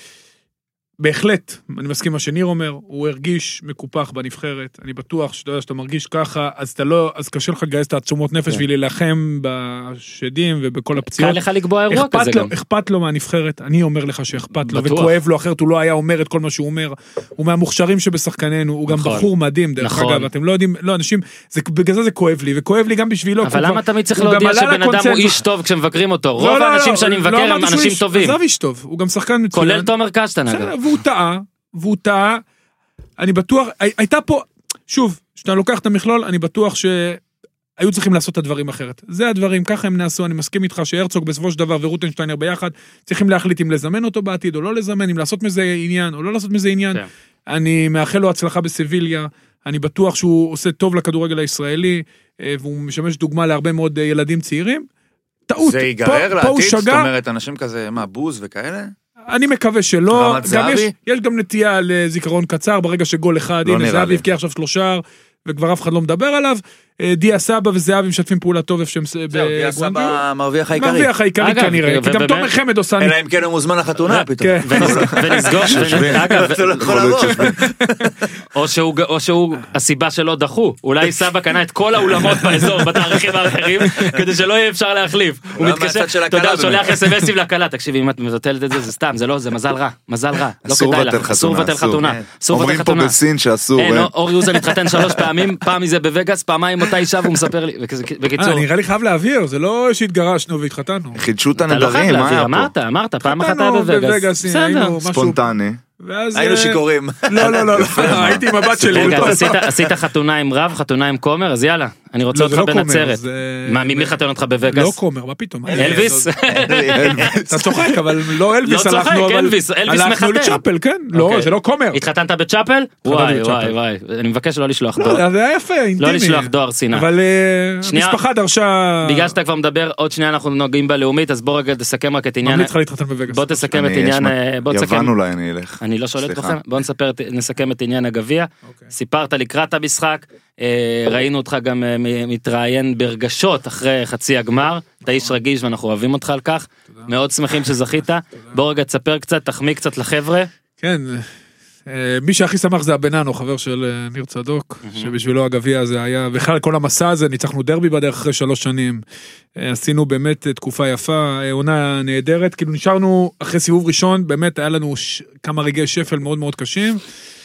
בהחלט, אני מסכים מה שניר אומר, הוא הרגיש מקופח בנבחרת, אני בטוח שאתה מרגיש ככה, אז קשה לך לגייס את העצומות נפש ולהילחם בשדים ובכל הפציעות. קל לך לקבוע אירוע כזה גם. אכפת לו מהנבחרת, אני אומר לך שאכפת לו, וכואב לו, אחרת הוא לא היה אומר את כל מה שהוא אומר, הוא מהמוכשרים שבשחקנינו, הוא גם בחור מדהים, דרך אגב, אתם לא יודעים, לא, אנשים, בגלל זה כואב לי, וכואב לי גם בשבילו. אבל למה תמיד צריך להודיע שבן אדם הוא איש טוב כשמבקרים אותו? רוב האנשים שאני מבקר הם אנשים טובים. עזב איש טוב, הוא גם שחקן מצוין. כולל תומר קשטן, אגב. והוא טעה, והוא טעה, אני בטוח, הייתה פה, שוב, כשאתה לוקח את המכלול, אני בטוח שהיו צריכים לעשות את הדברים אחרת. זה הדברים, ככה הם נעשו, אני מסכים איתך שהרצוג בסופו של דבר ורוטנשטיינר ביחד, צריכים להחליט אם לזמן אותו בעתיד או לא לזמן, אם לעשות מזה עניין או לא לעשות מזה עניין. אני מאחל לו הצלחה בסביליה, אני בטוח שהוא עושה טוב לכדורגל הישראלי, והוא משמש דוגמה להרבה מאוד ילדים צעירים. טעות. זה ייגרר לעתיד? זאת אומרת, אנשים כזה, מה, בוז וכאלה? אני מקווה שלא. יש גם נטייה לזיכרון קצר, ברגע שגול אחד, הנה זהבי הבקיע עכשיו 3 וכבר אף אחד לא מדבר עליו. דיה סבא וזהבי משתפים פעולה טוב איפה שהם דיה סבא מרוויח העיקרי. מרוויח העיקרי כנראה, כי גם תומר חמד עושה... אלא אם כן הוא מוזמן לחתונה פתאום. ונסגור, אגב, או שהוא הסיבה שלא דחו, אולי סבא קנה את כל האולמות באזור בתאריכים האחרים, כדי שלא יהיה אפשר להחליף. הוא מתקשר, אתה יודע, שולח אס-אמסים לקלה, תקשיבי, אם את מבטלת את זה, זה סתם, זה לא, זה מזל רע, מזל רע, לא כדאי לך, אסור לבטל חתונה. אומרים פה בסין שאסור. אור יוזל התחתן 3 פעמים, פעם מזה בווגאס, פעמיים אותה אישה והוא מספר לי, בקיצור. נראה לי חייב להעביר, זה לא שהתגרשנו והתחתנו. חידשו את הנדרים, מה היה פה? אמרת, פעם אחת היה בווגאס. ספונטני. היינו שיכורים. לא, הייתי עם הבת שלי. רגע, עשית חתונה עם רב, חתונה עם קומר, אז יאללה, אני רוצה אותך בנצרת. מה, מי חתן אותך בווגאס? לא קומר, מה פתאום? אלוויס? אתה צוחק, אבל לא אלוויס הלכנו, אבל הלכנו לצ'אפל, כן? לא, זה לא קומר. התחתנת בצ'אפל? וואי, אני מבקש לא לשלוח דואר. לא, זה היה יפה, אינטימי. לא לשלוח דואר סינה. אבל המשפחה דרשה... בגלל שאתה כבר מדבר, עוד שנייה אנחנו נוגעים בלאומית, אז בוא רגע תסכם רק את עניין... ממליץ לך להתחתן בווגאס. בוא תסכם את עניין... יוון אולי אני אלך. אני לא שואל אתכם, בואו נסכם את עניין הגביע. סיפרת לקראת המשחק, ראינו אותך גם מתראיין ברגשות אחרי חצי הגמר, אתה איש רגיש ואנחנו אוהבים אותך על כך, מאוד שמחים שזכית. בואו רגע תספר קצת, תחמיא קצת לחבר'ה. כן, מי שהכי שמח זה הבננו, חבר של ניר צדוק, שבשבילו הגביע הזה היה, בכלל כל המסע הזה, ניצחנו דרבי בדרך אחרי 3 שנים, עשינו באמת תקופה יפה, עונה נהדרת, כאילו נשארנו אחרי סיבוב ראשון, באמת היה לנו כמה רגעי שפל מאוד מאוד קשים,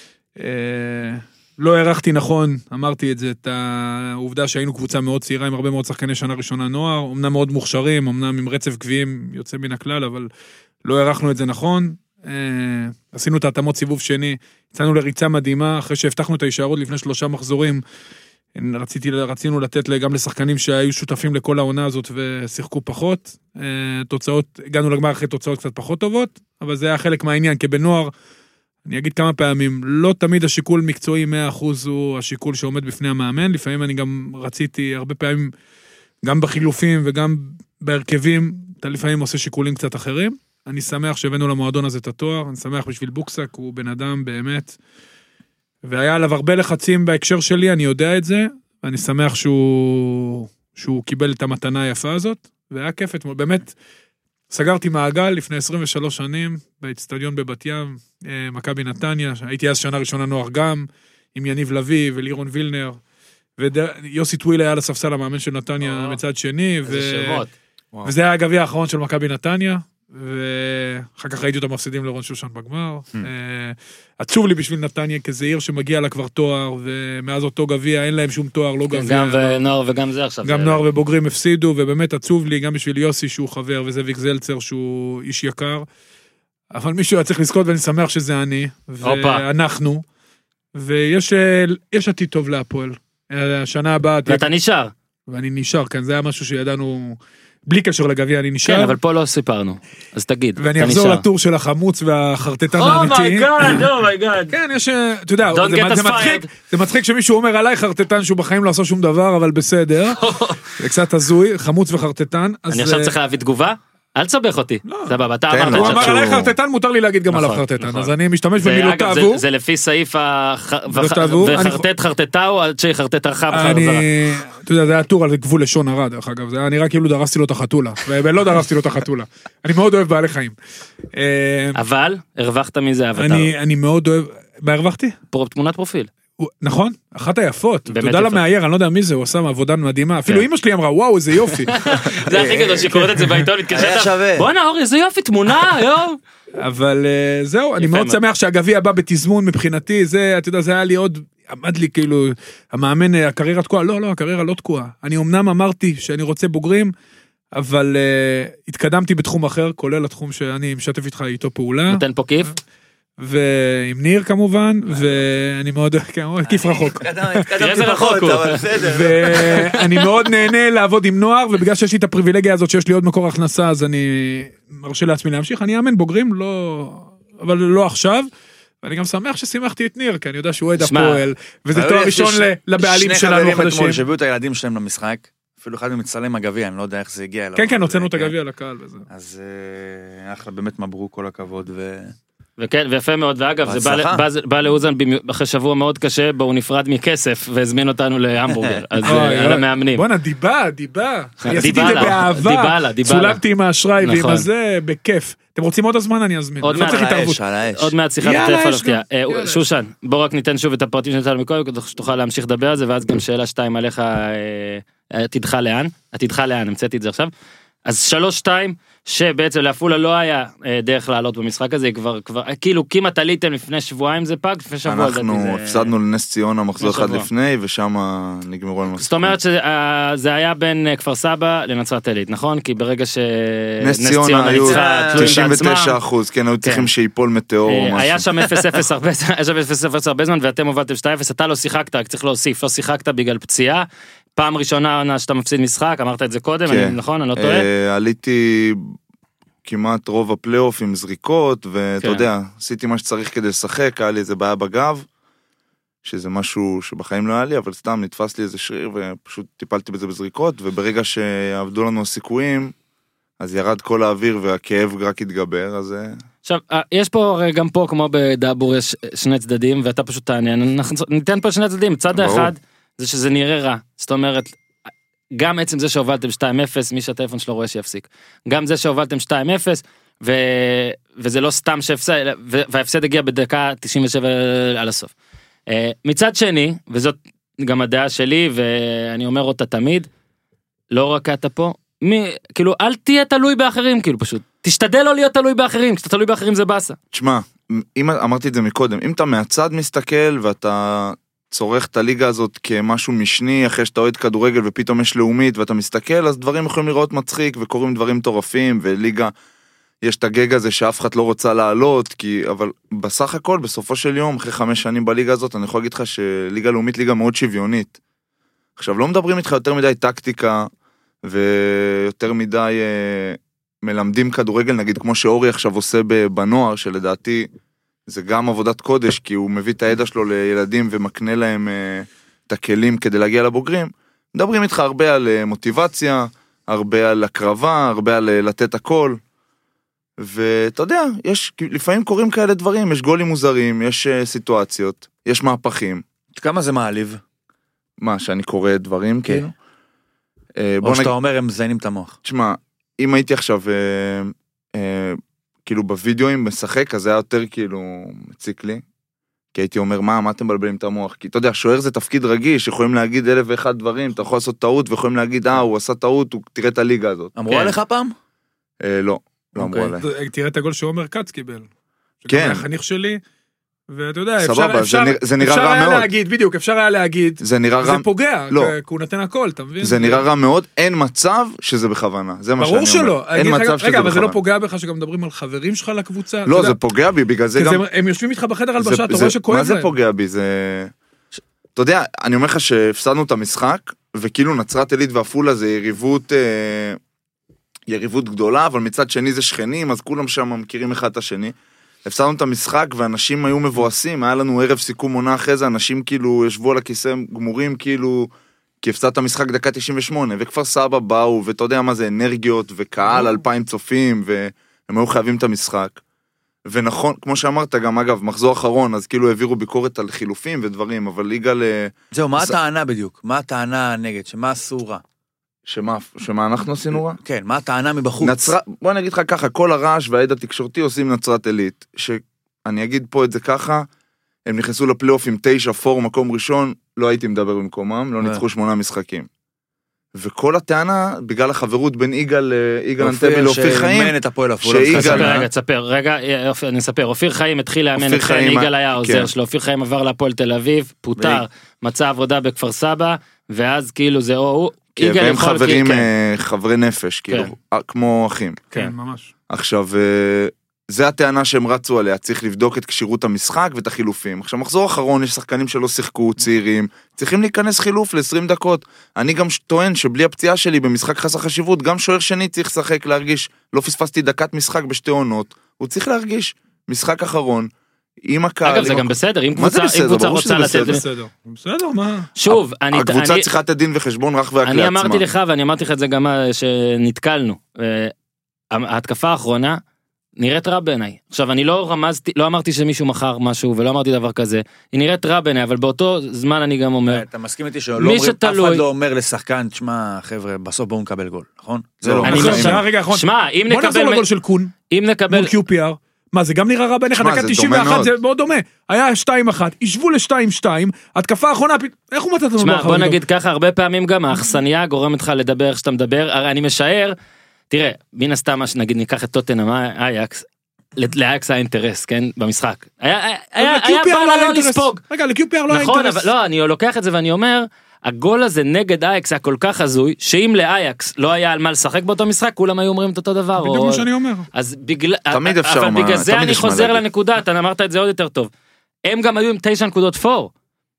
לא הערכתי נכון, אמרתי את זה, את העובדה שהיינו קבוצה מאוד צעירה, עם הרבה מאוד שחקני שנה ראשונה נוער, אמנם מאוד מוכשרים, אמנם עם רצף גביעים יוצא מן הכלל, אבל לא הערכנו את זה נכון, עשינו את ההתאמות סיבוב שני, יצאנו לריצה מדהימה, אחרי שהבטחנו את ההישארות לפני 3 מחזורים, רצינו לתת גם לשחקנים שהיו שותפים לכל העונה הזאת ושיחקו פחות, תוצאות, הגענו לגמר אחרי תוצאות קצת פחות טובות, אבל זה היה חלק מהעניין, כי בנוער, אני אגיד כמה פעמים, לא תמיד השיקול מקצועי 100% הוא השיקול שעומד בפני המאמן, לפעמים אני גם רציתי הרבה פעמים, גם בחילופים וגם בהרכבים, אתה לפעמים עושה שיקולים קצת אחרים, אני שמח שהבאנו למועדון הזה את התואר, אני שמח בשביל בוקסק, הוא בן אדם באמת, והיה עליו הרבה לחצים בהקשר שלי, אני יודע את זה, ואני שמח שהוא קיבל את המתנה היפה הזאת, והיה כיף אתמול, באמת, סגרתי מעגל לפני 23 שנים, באצטדיון בבת ים, מכבי נתניה, הייתי אז שנה ראשונה נוער גם, עם יניב לוי ולירון וילנר, ויוסי טוויל היה לספסל המאמן של נתניה מצד שני, וזה היה הגביע האחרון של מכבי נתניה, ואחר כך ראיתי אותם מפסידים לרון שושן בגמר. עצוב לי בשביל נתניה, כי זה עיר שמגיע לה כבר תואר, ומאז אותו גביע אין להם שום תואר, לא גביע. גם נוער וגם זה עכשיו. גם נוער ובוגרים הפסידו, ובאמת עצוב לי, גם בשביל יוסי שהוא חבר, וזאביק זלצר שהוא איש יקר, אבל מישהו היה צריך לזכות, ואני שמח שזה אני, ואנחנו, ויש עתיד טוב להפועל. השנה הבאה... ואתה נשאר. ואני נשאר, כאן זה היה משהו שידענו... בלי קשר לגביע, אני נשאר. כן, אבל פה לא סיפרנו. אז תגיד, ואני אחזור לטור של החמוץ והחרטטן האמיתי. אומייגאד. כן, יש, אתה יודע, זה מצחיק שמישהו אומר עליי חרטטן שהוא בחיים לא עשה שום דבר, אבל בסדר. זה קצת הזוי, חמוץ וחרטטן. אני עכשיו צריך להביא תגובה? אל תסבך אותי. סבבה, אתה אמרת. הוא אמר עליי חרטטן, מותר לי להגיד גם עליו חרטטן. אז אני משתמש במילותיו. זה לפי סעיף וחרטט חרטטאו, עד שיחרטט הרחב חרזרה. אתה יודע, זה היה טור על גבול לשון הרע, דרך אגב. זה היה נראה כאילו דרסתי לו את החתולה. ולא דרסתי לו את החתולה. אני מאוד אוהב בעלי חיים. אבל, הרווחת מזה אבטר. אני מאוד אוהב... מה הרווחתי? תמונת פרופיל. נכון, אחת היפות, תודה למאייר, אני לא יודע מי זה, הוא עשה עבודה מדהימה, אפילו אמא שלי אמרה, וואו, איזה יופי. זה הכי גדול שקוראת את זה בעיתון, מתקשרת, בוא נאור, איזה יופי, תמונה, יום. אבל זהו, אני מאוד שמח שהגביע בא בתזמון מבחינתי, זה, אתה יודע, זה היה לי עוד, עמד לי כאילו, המאמן, הקריירה תקועה, לא, הקריירה לא תקועה, אני אמנם אמרתי שאני רוצה בוגרים, אבל התקדמתי בתחום אחר, כולל התחום שאני משתף איתך איתו פעולה. נותן פה כיף? ועם ניר כמובן, ואני מאוד, כיף רחוק. איזה רחוק הוא. ואני מאוד נהנה לעבוד עם נוער, ובגלל שיש לי את הפריבילגיה הזאת שיש לי עוד מקור הכנסה, אז אני מרשה לעצמי להמשיך. אני אאמן בוגרים, אבל לא עכשיו. ואני גם שמח ששימחתי את ניר, כי אני יודע שהוא עד הפועל, וזה תואר ראשון לבעלים שלנו החדשים. שני חברים אתמול שהביאו את הילדים שלהם למשחק, אפילו אחד מצלם הגביע, אני לא יודע איך זה הגיע אליו. כן, כן, הוצאנו את הגביע לקהל. אז אחלה, באמת מברוק, כל הכבוד. וכן, ויפה מאוד, ואגב, זה בא לאוזן אחרי שבוע מאוד קשה, בו הוא נפרד מכסף, והזמין אותנו להמבורגר, אז על המאמנים. בוא'נה, דיבה. אני עשיתי את זה באהבה, צולמתי עם האשראי ועם הזה, בכיף. אתם רוצים עוד הזמן, אני אזמין. עוד מעט שיחת טלפון. שושן, בוא רק ניתן שוב את הפרטים שנתנו מקודם, שתוכל להמשיך לדבר על זה, ואז גם שאלה 2 עליך, עתידך לאן, המצאתי את זה עכשיו. אז 3-2, שבעצם לעפולה לא היה דרך לעלות במשחק הזה, כבר, כאילו כמעט עליתם לפני שבועיים זה פג, לפני שבוע אנחנו הפסדנו לנס ציונה מחזור אחד לפני, ושם נגמרו על משחק. זאת אומרת שזה היה בין כפר סבא לנצרת עילית, נכון? כי ברגע שנס ציונה היו 99%, כן, היו צריכים שיפול מטאור או משהו. היה שם 0-0 הרבה זמן, ואתם הובלתם 2-0, אתה לא שיחקת, צריך להוסיף, לא שיחקת בגלל פציעה, פעם ראשונה שאתה מפסיד משחק, אמרת את זה קודם, נכון? אני לא טועה? עליתי כמעט רוב הפלייאוף עם זריקות, ואתה יודע, עשיתי מה שצריך כדי לשחק, היה לי איזה בעיה בגב, שזה משהו שבחיים לא היה לי, אבל סתם נתפס לי איזה שריר, ופשוט טיפלתי בזה בזריקות, וברגע שעבדו לנו הסיכויים, אז ירד כל האוויר, והכאב רק התגבר, אז... עכשיו, יש פה, גם פה, כמו בדאבור, יש שני צדדים, ואתה פשוט תענה, ניתן פה שני צדדים, צד אחד, זה שזה נראה רע, זאת אומרת, גם עצם זה שהובלתם 2-0, מי שהטלפון שלו רואה שיפסיק. גם זה שהובלתם 2-0, וזה לא סתם שהפסד, וההפסד הגיע בדקה 97 על הסוף. מצד שני, וזאת גם הדעה שלי, ואני אומר אותה תמיד, לא רק אתה פה, כאילו, אל תהיה תלוי באחרים, כאילו פשוט. תשתדל לא להיות תלוי באחרים, כשאתה תלוי באחרים זה בסה. תשמע, אמרתי את זה מקודם, אם אתה מהצד מסתכל, ואתה... צורך את הליגה הזאת כמשהו משני, אחרי שאתה אוהד כדורגל ופתאום יש לאומית ואתה מסתכל, אז דברים יכולים לראות מצחיק וקוראים דברים טורפים, וליגה, יש את הגג הזה שאף אחד לא רוצה לעלות, אבל בסך הכל, בסופו של יום, אחרי 5 שנים בליגה הזאת, אני יכול להגיד לך שליגה לאומית ליגה מאוד שוויונית. עכשיו, לא מדברים איתך יותר מדי טקטיקה, ויותר מדי מלמדים כדורגל, נגיד כמו שאורי עכשיו עושה בנוער, שלדעתי... זה גם עבודת קודש, כי הוא מביא את הידע שלו לילדים ומקנה להם את הכלים כדי להגיע לבוגרים. מדברים איתך הרבה על מוטיבציה, הרבה על הקרבה, הרבה על לתת הכל. ואתה יודע, לפעמים קורים כאלה דברים, יש גולים מוזרים, יש סיטואציות, יש מהפכים. כמה זה מעליב? מה, שאני קורא דברים כאילו? או שאתה אומר, הם מזיינים את המוח. תשמע, אם הייתי עכשיו... כאילו בווידאוים משחק, אז זה היה יותר כאילו מציק לי, כי הייתי אומר, מה אתם בלבלים את המוח? כי אתה יודע, שוער זה תפקיד רגיש, יכולים להגיד 1001 דברים, אתה יכול לעשות טעות, ויכולים להגיד, הוא עשה טעות, הוא תראה את הליגה הזאת. אמרו עליך פעם? לא אמרו עליי. תראה את הגול שעומר קץ קיבל. כן. שגם החניך שלי, ואתה יודע, זה נראה רע מאוד. להגיד, בדיוק, אפשר היה להגיד, זה פוגע, כי הוא נתן הכל, אתה מבין? זה נראה רע מאוד, אין מצב שזה בכוונה, זה מה שאני אומר. ברור שלא. אין מצב שזה בכוונה. רגע, אבל זה לא פוגע בך שגם מדברים על חברים שלך לקבוצה? לא, זה פוגע בי, בגלל זה גם... הם יושבים איתך בחדר הלבשה, אתה רואה שכואב להם. מה זה פוגע בי? זה... אתה יודע, אני אומר לך שהפסדנו את המשחק, וכאילו נצרת עילית ועפולה זה יריבות גדולה, אבל מצד שני זה שכנים, אז כולם שם מכירים אחד את השני. הפסדנו את המשחק, ואנשים היו מבואסים, היה לנו ערב סיכום עונה אחרי זה, אנשים כאילו ישבו על הכיסא גמורים, כאילו, כי הפסד את המשחק דקה 98, וכפר סבא באו, ואתה יודע מה זה, אנרגיות, וקהל 2,000 צופים, והם היו חייבים את המשחק. ונכון, כמו שאמרת גם, אגב, מחזור אחרון, אז כאילו העבירו ביקורת על חילופים ודברים, אבל ליגה זהו, מה הטענה בדיוק? מה הטענה נגד? שמה אסור רע? שמה אנחנו עשינו רע? כן, מה הטענה מבחוץ? בוא נגיד לך ככה, כל הרעש והעד התקשורתי עושים נצרת עילית, שאני אגיד פה את זה ככה, הם נכנסו לפלייאוף עם 9 פור מקום ראשון, לא הייתי מדבר במקומם, לא ניצחו 8 משחקים. וכל הטענה, בגלל החברות בין יגאל אנטבי לאופיר חיים, רגע, אני אספר, אופיר חיים התחיל לאמן את חיים, יגאל היה העוזר שלו, אופיר חיים עבר להפועל תל אביב, פוטר, מצא עבודה בכפר סבא, ואז כאילו זה הוא, והם חברי נפש, כאילו, כמו אחים. כן, ממש. עכשיו, זה הטענה שהם רצו עליה, צריך לבדוק את כשירות המשחק ואת החילופים. עכשיו, מחזור אחרון, יש שחקנים שלא שיחקו, צעירים, צריכים להיכנס חילוף ל-20 דקות. אני גם טוען שבלי הפציעה שלי במשחק חסר חשיבות, גם שוער שני צריך לשחק, להרגיש, לא פספסתי דקת משחק בשתי עונות, הוא צריך להרגיש משחק אחרון, עם הקהל. אגב, זה גם בסדר, אם קבוצה רוצה לתת... בסדר, מה? שוב, הקבוצה צריכה לתת דין וחשבון רק ורק לעצמה. אני אמרתי לך, ואני אמרתי לך את זה גם שנתקלנו. ההתקפה האחרונה נראית רע בעיניי. עכשיו, אני לא אמרתי שמישהו מחר משהו, ולא אמרתי דבר כזה. היא נראית רע בעיניי, אבל באותו זמן אני גם אומר... אתה מסכים איתי שאף אחד לא אומר לשחקן, תשמע, חבר'ה, בסוף בואו נקבל גול, נכון? זה לא... שמע, אם נקבל... בוא נחזור לגול של קון. אם נקבל... מול QPR. מה, זה גם נראה רע בעיניך, דקה 91, זה מאוד דומה. היה 2-1, ישבו ל-2-2, התקפה האחרונה, איך הוא מצאת? שמע, בוא נגיד ככה, הרבה פעמים גם האכסניה גורמת לך לדבר איך שאתה מדבר, הרי אני משער, תראה, מן הסתם, נגיד ניקח את טוטנהאם, אייקס, לאייקס היה אינטרס, כן, במשחק. היה בעלה לא לספוג. רגע, ל-QPR לא היה נכון, אינטרס. אבל לא, אני לוקח את זה ואני אומר, הגול הזה נגד אייקס היה כל כך הזוי, שאם לאייקס לא היה על מה לשחק באותו משחק, כולם היו אומרים את אותו דבר. בדיוק מה שאני אומר. תמיד אפשר, אבל בגלל זה אני חוזר לנקודה, אתה אמרת את זה עוד יותר טוב. הם גם היו עם 9 נקודות פור.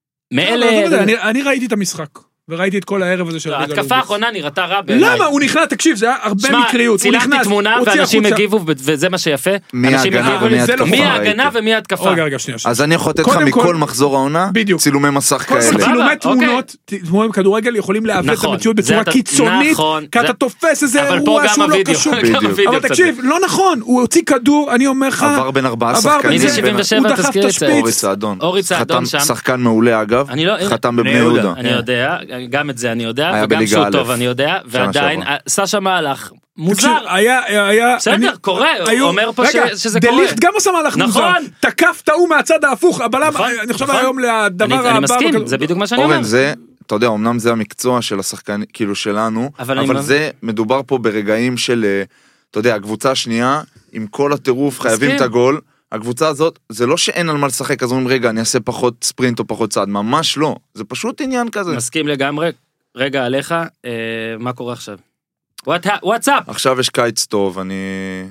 אני ראיתי את המשחק. וראיתי את כל הערב הזה של הליגה ההתקפה האחרונה נראתה רע בעיניי. למה? הוא נכנס, תקשיב, זה היה הרבה מקריות. צילמתי תמונה ואנשים הגיבו, וזה מה שיפה. מי ההגנה ומי התקפה? מי ההגנה ומי התקפה? אז אני יכול לתת לך מכל מחזור העונה, צילומי מסך כאלה. צילומי תמונות, תמונות כדורגל יכולים להעביר את המציאות בצורה קיצונית, כי אתה תופס איזה אירוע שהוא לא קשור. אבל תקשיב, לא נכון, הוא הוציא כדור, אני אומר לך, עבר בין 4 שחקנים. מי זה 77? תזכיר את זה. אורי צעדון שם. שחקן מעולה אגב, חתם בבני יהודה. אני יודע, גם את זה אני יודע, וגם שהוא טוב אני יודע, ועדיין, עשה שם מהלך מוזר. בסדר, קורה, הוא אומר פה שזה קורה. דליכט גם עשה מהלך מוזר. תקף טעו מהצד ההפוך, הבלם, אני חושב היום לדבר הבא. אני מסכים, זה בדיוק מה שאני אומר. אורן, זה, אתה יודע, אמנם זה המקצוע של השחקן, כאילו שלנו, אבל זה מדובר פה ברגעים של, אתה יודע, הקבוצה השנייה, עם כל הטירוף, חייבים את הגול. הקבוצה הזאת, זה לא שאין על מה לשחק, אז אומרים, רגע, אני אעשה פחות ספרינט או פחות צעד, ממש לא. זה פשוט עניין כזה. מסכים לגמרי. רגע, עליך, מה קורה עכשיו? וואטסאפ? עכשיו יש קיץ טוב, אני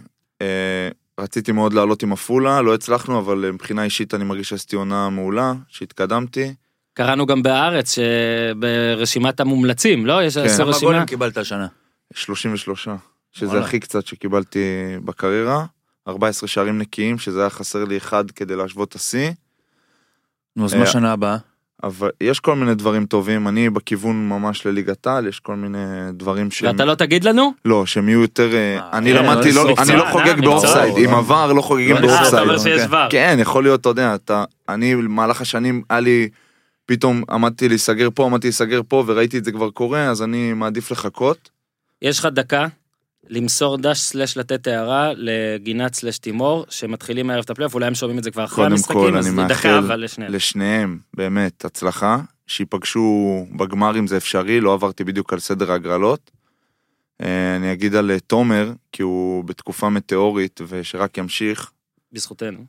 רציתי מאוד לעלות עם אפולה, לא הצלחנו, אבל מבחינה אישית אני מרגיש שעשיתי עונה מעולה, שהתקדמתי. קראנו גם בארץ, שברשימת המומלצים, לא? יש רשימה. כמה גולים קיבלת השנה? 33, שזה הכי קצת שקיבלתי בקריירה. 14 שערים נקיים, שזה היה חסר לי אחד כדי להשוות את השיא. נו, אז מה שנה הבאה? אבל יש כל מיני דברים טובים, אני בכיוון ממש לליגת העל, יש כל מיני דברים שהם... ואתה לא תגיד לנו? לא, שהם יהיו יותר... אני למדתי, אני לא חוגג באופסייד, עם עבר לא חוגגים באופסייד. אתה אומר שיש ור. כן, יכול להיות, אתה יודע, אני במהלך השנים, היה לי, פתאום עמדתי להיסגר פה, וראיתי את זה כבר קורה, אז אני מעדיף לחכות. יש לך דקה למסור דש סלש לתת הערה לגינת סלש תימור, שמתחילים מערב את הפלייאוף, אולי הם שומעים את זה כבר אחרי המשחקים, אז דקה אבל לשניהם. לשניהם, באמת, הצלחה, שיפגשו בגמרים זה אפשרי, לא עברתי בדיוק על סדר ההגרלות. אני אגיד על תומר, כי הוא בתקופה מטאורית, ושרק ימשיך. בזכותנו.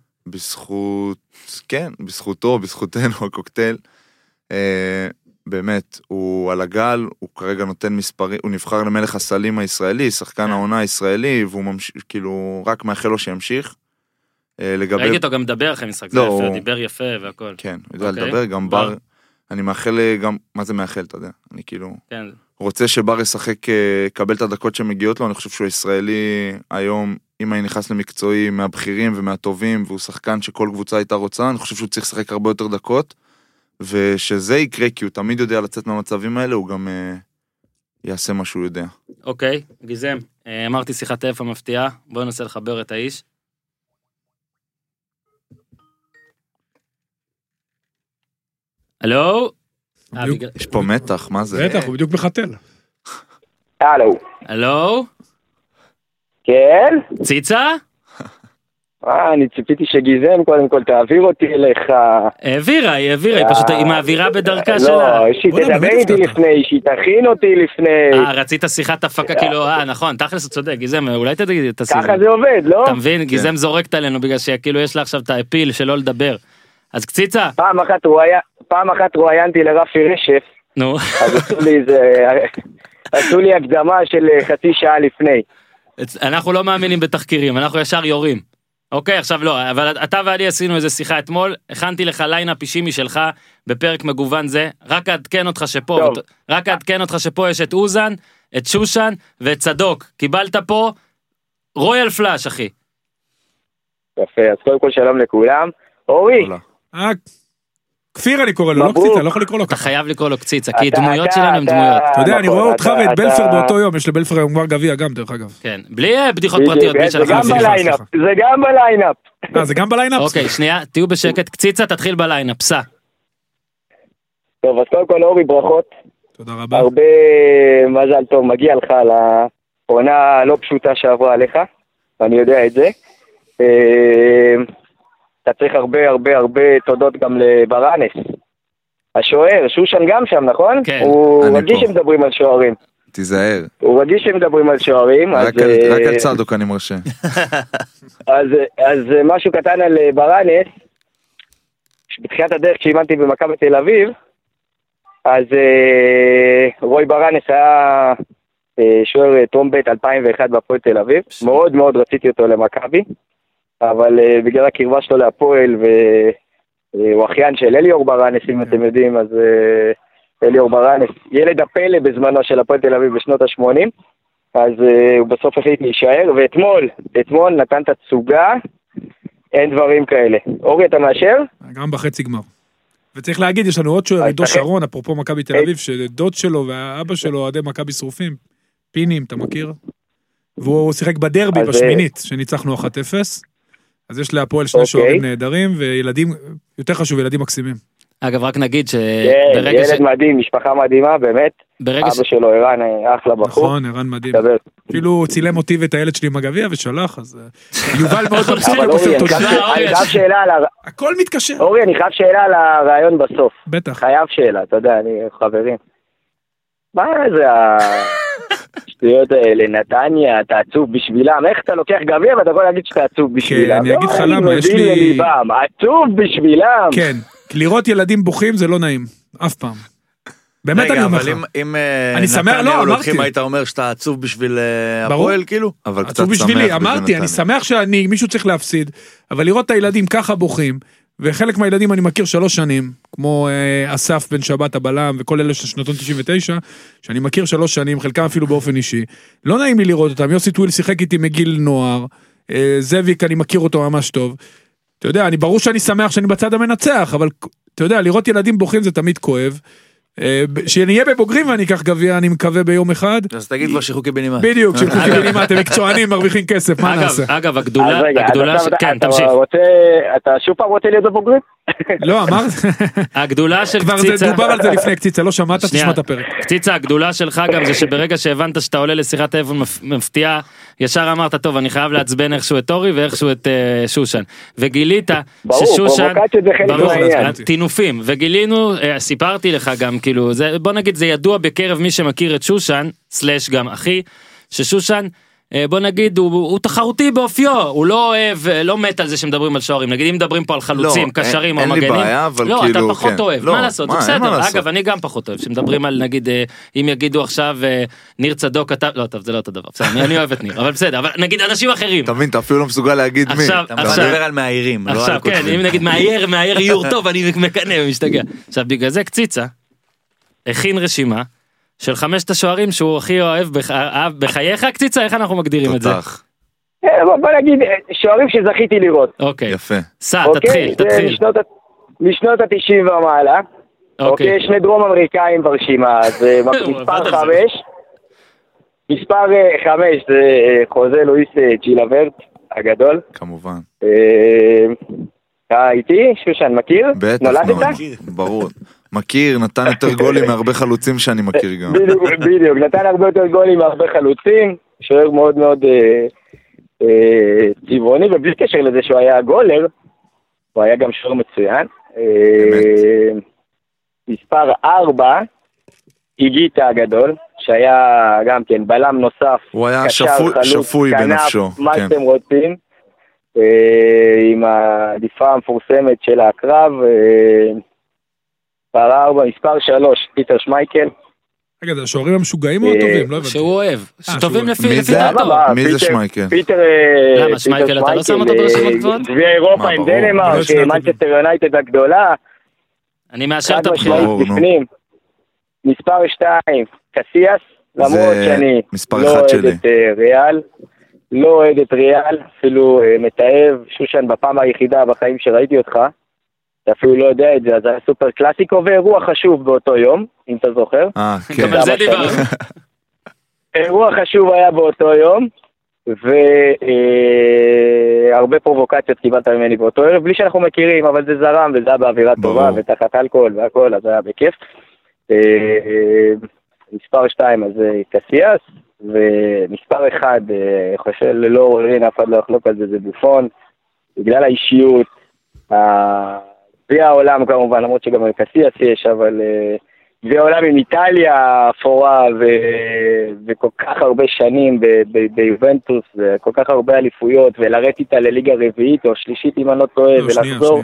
בזכותנו, הקוקטייל. באמת, הוא על הגל, הוא כרגע נותן מספרים, הוא נבחר למלך הסלים הישראלי, שחקן העונה הישראלי, והוא ממשיך, כאילו, רק מאחל לו שימשיך. ראיתי אותו גם מדבר אחרי משחק, זה יפה, דיבר יפה והכל. כן, הוא יודע לדבר, גם בר, אני מאחל גם, מה זה מאחל, אתה יודע, אני כאילו, רוצה שבר ישחק, קבל את הדקות שמגיעות לו, אני חושב שהוא ישראלי היום, אם אני נכנס למקצועי מהבכירים ומהטובים, והוא שחקן שכל קבוצה הייתה רוצה, אני חושב שהוא צריך לשחק הרבה יותר דקות, ושזה יקרה, כי הוא תמיד יודע לצאת מהמצבים האלה, הוא גם יעשה מה שהוא יודע. אוקיי, גיזם, אמרתי שיחת טלפון מפתיעה, בואו ננסה לחבר את האיש. הלו? יש פה מתח, מה זה? מתח, הוא בדיוק מחתל. הלו. הלו? כן? ציצה? אני ציפיתי שגיזם, קודם כל תעביר אותי אליך. היא פשוט, היא מעבירה בדרכה שלה. לא, שהיא תדבר איתי לפני, שהיא תכין אותי לפני. רצית שיחת הפקה, כאילו, נכון, תכלס הוא צודק, גיזם, אולי תגיד את הסיבה. ככה זה עובד, לא? אתה מבין, גיזם זורקת עלינו, בגלל שכאילו יש לה עכשיו את האפיל שלא לדבר. אז קציצה. פעם אחת רואיינתי לרפי רשף. נו. אז עשו לי הקדמה של חצי שעה לפני. אנחנו לא מאמינים בתחקירים, אנחנו ישר יורים. אוקיי, עכשיו לא, אבל אתה ואני עשינו איזה שיחה אתמול, הכנתי לך ליינאפ אישי משלך בפרק מגוון זה, רק אעדכן אותך שפה יש את אוזן, את שושן ואת צדוק, קיבלת פה רויאל פלאש, אחי. יפה, אז קודם כל שלום לכולם. אורי. כפיר אני קורא לו, לא קציצה, לא יכול לקרוא לו ככה. אתה חייב לקרוא לו קציצה, כי דמויות שלנו הם דמויות. אתה יודע, אני רואה אותך ואת בלפר באותו יום, יש לבלפר היום כבר גביע גם, דרך אגב. כן, בלי בדיחות פרטיות. זה גם בליינאפ. זה גם בליינאפ? אוקיי, שנייה, תהיו בשקט, קציצה, תתחיל בליינאפ, סע. טוב, אז קודם כל אורי, ברכות. תודה רבה. הרבה מזל טוב, מגיע לך לעונה לא פשוטה שעברה עליך, ואני יודע את זה. אתה צריך הרבה תודות גם לברנס. השוער, שושן גם שם, נכון? כן. הוא רגיש שמדברים על שוערים. תיזהר. הוא רגיש שמדברים על שוערים. רק על צדוק אני מרשה. אז משהו קטן על ברנס, בתחילת הדרך כשאימנתי במכבי תל אביב, אז רוי ברנס היה שוער טרום בית 2001 בהפועל תל אביב. מאוד מאוד רציתי אותו למכבי. אבל בגלל הקרבה שלו להפועל, והוא אחיין של אליאור ברנס, אם אתם יודעים, אז אליאור ברנס, ילד הפלא בזמנו של הפועל תל אביב בשנות ה-80, אז הוא בסוף החליט להישאר, ואתמול נתן את התסוגה, אין דברים כאלה. אורי, אתה מאשר? גם בחצי גמר. וצריך להגיד, יש לנו עוד שוער, עידו שרון, אפרופו מכבי תל אביב, שדוד שלו והאבא שלו, אוהדי מכבי שרופים, פינים, אתה מכיר? והוא שיחק בדרבי בשמינית, שניצחנו 1-0. אז יש להפועל שני שוערים נהדרים, וילדים, יותר חשוב, ילדים מקסימים. אגב, רק נגיד ילד מדהים, משפחה מדהימה, באמת. אבא שלו, ערן, אחלה בחור. נכון, ערן מדהים. אפילו צילם אותי ואת הילד שלי עם הגביע ושלח, אז יובל מאוד מבסוט, אני חייב שאלה על... הכל מתקשר. אורי, אני חייב שאלה על הרעיון בסוף. בטח. חייב שאלה, אתה יודע, אני חברים. מה זה שטויות האלה, נתניה, אתה עצוב בשבילם, איך אתה לוקח גביע ואתה יכול להגיד שאתה עצוב בשבילם? כן, אני אגיד לך למה, יש לי... עצוב בשבילם. כן, לראות ילדים בוכים זה לא נעים, אף פעם. באמת אני אומר לך. רגע, אבל אם נתניה לוקחים, היית אומר שאתה עצוב בשביל הפועל, כאילו? עצוב בשבילי, אמרתי, אני שמח שמישהו צריך להפסיד, אבל לראות את הילדים ככה בוכים, וחלק מהילדים אני מכיר 3 שנים, כמו אסף בן שבת הבלם, וכל אלה של שנתון 99, שאני מכיר 3 שנים, חלקם אפילו באופן אישי. לא נעים לי לראות אותם, יוסי טוויל שיחק איתי מגיל נוער, זאביק אני מכיר אותו ממש טוב. אתה יודע, ברור שאני שמח שאני בצד המנצח, אבל אתה יודע, לראות ילדים בוכים זה תמיד כואב. שנהיה בבוגרים ואני אקח גביע, אני מקווה ביום אחד. אז תגיד כבר שחוקי בנימה. בדיוק, שחוקי בנימה, אתם מקצוענים, מרוויחים כסף, מה נעשה? אגב, הגדולה, כן, תמשיך. אתה שוב פעם רוצה להיות בבוגרים? לא, אמרת? הגדולה של קציצה... כבר זה דובר על זה לפני קציצה, לא שמעת, תשמע את הפרק. קציצה, הגדולה שלך גם זה שברגע שהבנת שאתה עולה לשיחת טלפון מפתיעה, ישר אמרת, טוב, אני חייב לעצבן איכשהו את אורי ואיכשהו את שושן. וגילית ששושן... תינופים. וגילינו, סיפרתי לך גם, כאילו, בוא נגיד, זה ידוע בקרב מי שמכיר את שושן, סלש גם אחי, ששושן, בוא נגיד, הוא תחרותי באופיו, הוא לא אוהב, לא מת על זה שמדברים על שוערים, נגיד אם מדברים פה על חלוצים, קשרים או מגנים, אין לי בעיה, אבל לא, כאילו, אתה פחות אוהב, מה לעשות, זה בסדר, אגב, אני גם פחות אוהב, שמדברים על, נגיד, אם יגידו עכשיו, ניר צדוק, לא, טוב, זה לא אותו דבר, בסדר, אני אוהב את ניר, אבל בסדר, אבל נגיד אנשים אחרים. תבין, אתה אפילו לא מסוגל להגיד מי. אתה מדבר על מאיירים, לא על כותבים. כן, אם נגיד מאייר איור טוב, אני מקנא ומשתגע. עכשיו, בגלל זה קציצה, הכין רשימה של 5 השוערים שהוא הכי אוהב בחייך, קציצה, איך אנחנו מגדירים את זה? בוא נגיד, שוערים שזכיתי לראות. אוקיי. יפה. סע, תתחיל. משנות ה-90 ומעלה. אוקיי, 2 דרום אמריקאים ברשימה, זה מספר 5. מספר 5 זה חוזה לואיס צ'ילברט, הגדול. כמובן. איתי, שושן, מכיר? בטח, ברור. מכיר, נתן יותר גולים מהרבה חלוצים שאני מכיר גם. בדיוק, נתן הרבה יותר גולים מהרבה חלוצים, שוער מאוד מאוד צבעוני, ובלי קשר לזה שהוא היה גולר, הוא היה גם שוער מצוין. מספר 4, איגיטה הגדול, שהיה גם כן בלם נוסף, הוא היה שפוי בנפשו. מה שאתם רוצים, עם העדיפה המפורסמת של הקרב, מספר 4, מספר 3, פיטר שמייקל, רגע, זה השוערים המשוגעים או הטובים? לא הבנתי. שהוא אוהב, שטובים לפי זה? דעתו. למה? שטובים שהוא לפי זה? דעתו. מי זה שמייקל? למה, שמייקל, אתה לא שם אותו ברשימות גבוהות? גביע אירופה עם דנמרק, מנצ'סטר יונייטד הגדולה. אני מאשר את הבחירה. מספר 2, קסיאס, למרות שאני לא אוהד את ריאל, לא אוהד את ריאל, אפילו מתאהב, שושן, בפעם היחידה בחיים שראיתי אותך, אתה אפילו לא יודע את זה, אז היה סופר קלאסיקו ואירוע חשוב באותו יום, אם אתה זוכר. כן. גם על זה דיברנו. אירוע חשוב היה באותו יום, והרבה פרובוקציות קיבלת ממני באותו ערב, בלי שאנחנו מכירים, אבל זה זרם וזה היה באווירה טובה, ותחת אלכוהול והכל, אז היה בכיף. מספר 2 אז קסיאס, ומספר 1, חושב ללא עוררין, אף אחד לא יחלוק על זה, זה בופון, בגלל האישיות, גביע העולם כמובן, למרות שגם קסיאס יש, אבל גביע העולם עם איטליה אפורה, וכל כך הרבה שנים ביובנטוס, וכל כך הרבה אליפויות, ולרדת איתה לליגה רביעית או שלישית אם אני לא טועה, ולחזור.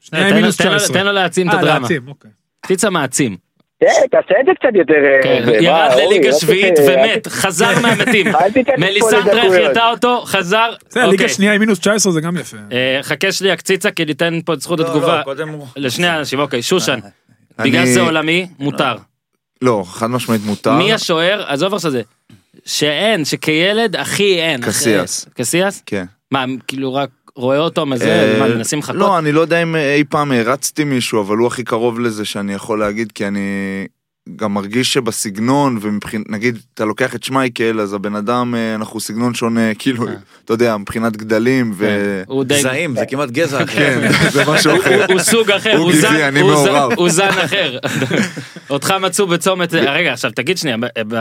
תן לו להעצים את הדרמה. קציצה מעצים. תעשה את זה קצת יותר... ירד לליגה שביעית ומת, חזר מהמתים. מליסנדרה החייתה אותו, חזר. זה, ליגה שנייה עם מינוס 19 זה גם יפה. חכה שלי הקציצה, כי ניתן פה את זכות התגובה. לשני אנשים, אוקיי, שושן. בגלל זה עולמי, מותר. לא, חד משמעית מותר. מי השוער? עזוב עכשיו זה. שאין, שכילד הכי אין. קסיאס. קסיאס? כן. מה, כאילו רק רואה אותו מזה, מנסים לחכות? לא, אני לא יודע אם אי פעם הרצתי מישהו, אבל הוא הכי קרוב לזה שאני יכול להגיד, כי אני גם מרגיש שבסגנון, נגיד, אתה לוקח את שמייקל, אז הבן אדם, אנחנו סגנון שונה, כאילו, אתה יודע, מבחינת גדלים, גזעים, זה כמעט גזע אחר. כן, זה משהו אחר. הוא סוג אחר, הוא זן אחר. אותך מצאו בצומת, רגע, עכשיו תגיד שנייה,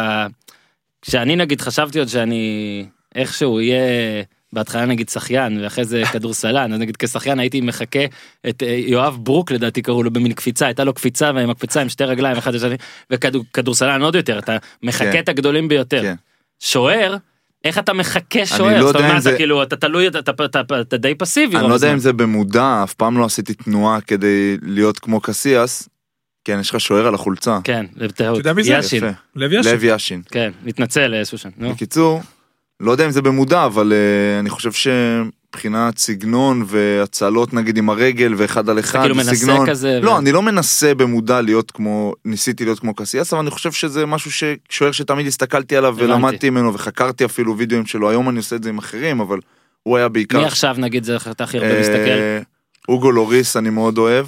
כשאני נגיד חשבתי עוד שאני איכשהו יהיה בהתחלה נגיד שחיין ואחרי זה כדורסלן, אז נגיד כשחיין הייתי מחכה את יואב ברוק לדעתי קראו לו במין קפיצה, הייתה לו קפיצה ועם הקפיצה עם שתי רגליים אחד לשני, וכדורסלן עוד יותר, אתה מחכה את הגדולים ביותר. שוער, איך אתה מחכה שוער? זאת אומרת, כאילו, אתה תלוי, אתה די פסיבי. אני לא יודע אם זה במודע, אף פעם לא עשיתי תנועה כדי להיות כמו קסיאס, כן, יש לך שוער על החולצה. כן, לבטאות. ישין. לב ישין. כן, מתנצל, שושן. בקיצור, לא יודע אם זה במודע, אבל אני חושב שבחינת סגנון והצלות נגיד עם הרגל ואחד על אחד. כאילו מנסה כזה. לא, אני לא מנסה במודע להיות כמו, ניסיתי להיות כמו קסיאס, אבל אני חושב שזה משהו ששוער שתמיד הסתכלתי עליו ולמדתי ממנו וחקרתי אפילו וידאוים שלו, היום אני עושה את זה עם אחרים, אבל הוא היה בעיקר. מי עכשיו נגיד זה אתה הכי הרבה מסתכל? אוגו לוריס אני מאוד אוהב.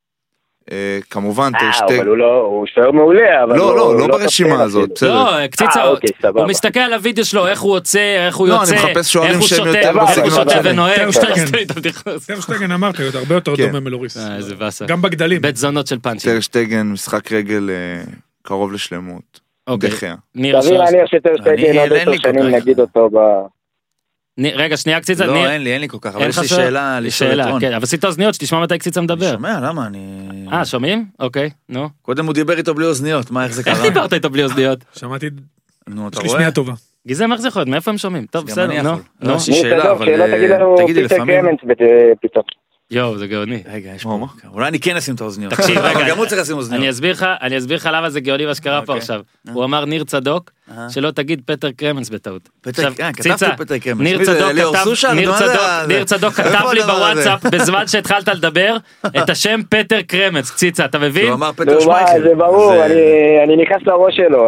כמובן טרשטגן. אבל הוא שוער מעולה, אבל לא ברשימה הזאת. לא, קציצה, הוא מסתכל על הוידאו שלו, איך הוא יוצא, איך הוא יוצא, לא, אני מחפש שוערים שהם יותר בסגנון ונוהג. טרשטגן אמרתי, הרבה יותר דומה מלוריס. איזה בסה. גם בגדלים. בית זונות של פאנצ'ים. טרשטגן, משחק רגל קרוב לשלמות. דחיה. סביר להניח שטרשטגן עוד 10 שנים נגיד אותו ב... רגע, שנייה קציצה. לא, אין לי כל כך, אבל יש לי שאלה לשאול את רון. כן, אבל עשית אוזניות, שתשמע מתי קציצה מדבר. שומע, למה אני... שומעים? אוקיי, נו. קודם הוא דיבר איתו בלי אוזניות, מה, איך זה קרה? איך דיברת איתו בלי אוזניות? שמעתי, נו, אתה יש לי רואה? שמיעה טובה. גיזם, איך זה יכול להיות? מאיפה הם שומעים? טוב, בסדר, נו. לא, יש לי שאלה, אבל תגידי לפעמים... יואו, זה גאוני. רגע, יש פה, אולי אני כן אשים את האוזניות. תקשיב, רגע, גם הוא צריך לשים אוזניות. אני אסביר לך למה זה גאוני מה שקרה פה עכשיו. הוא אמר ניר צדוק, שלא תגיד פטר קרמנס בטעות. כתבתי פטר קרמנס. ניר צדוק כתב לי בוואטסאפ, בזמן שהתחלת לדבר, את השם פטר קרמנס, קציצה, אתה מבין? הוא אמר פטר שמייקל. זה ברור, אני נכנס לראש שלו.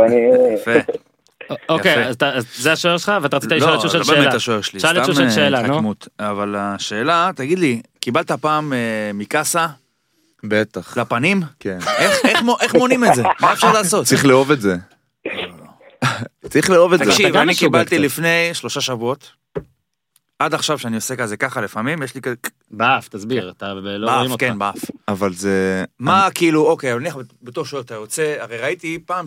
אוקיי, זה השוער שלך, ואתה רצית לשאול את שושן שאלה. לא באמת השוער שלי, שאל את שושן שאלה, נו. אבל השאלה, תגיד לי, קיבלת פעם מקסה? בטח. לפנים? כן. איך מונים את זה? מה אפשר לעשות? צריך לאהוב את זה. צריך לאהוב את זה. תקשיב, אני קיבלתי לפני 3 שבועות, עד עכשיו שאני עושה כזה ככה לפעמים, יש לי כזה... באף, תסביר, אתה לא רואים אותך. כן, באף. אבל זה... מה כאילו, אוקיי, אני בתור שואל, אתה יוצא, הרי ראיתי פעם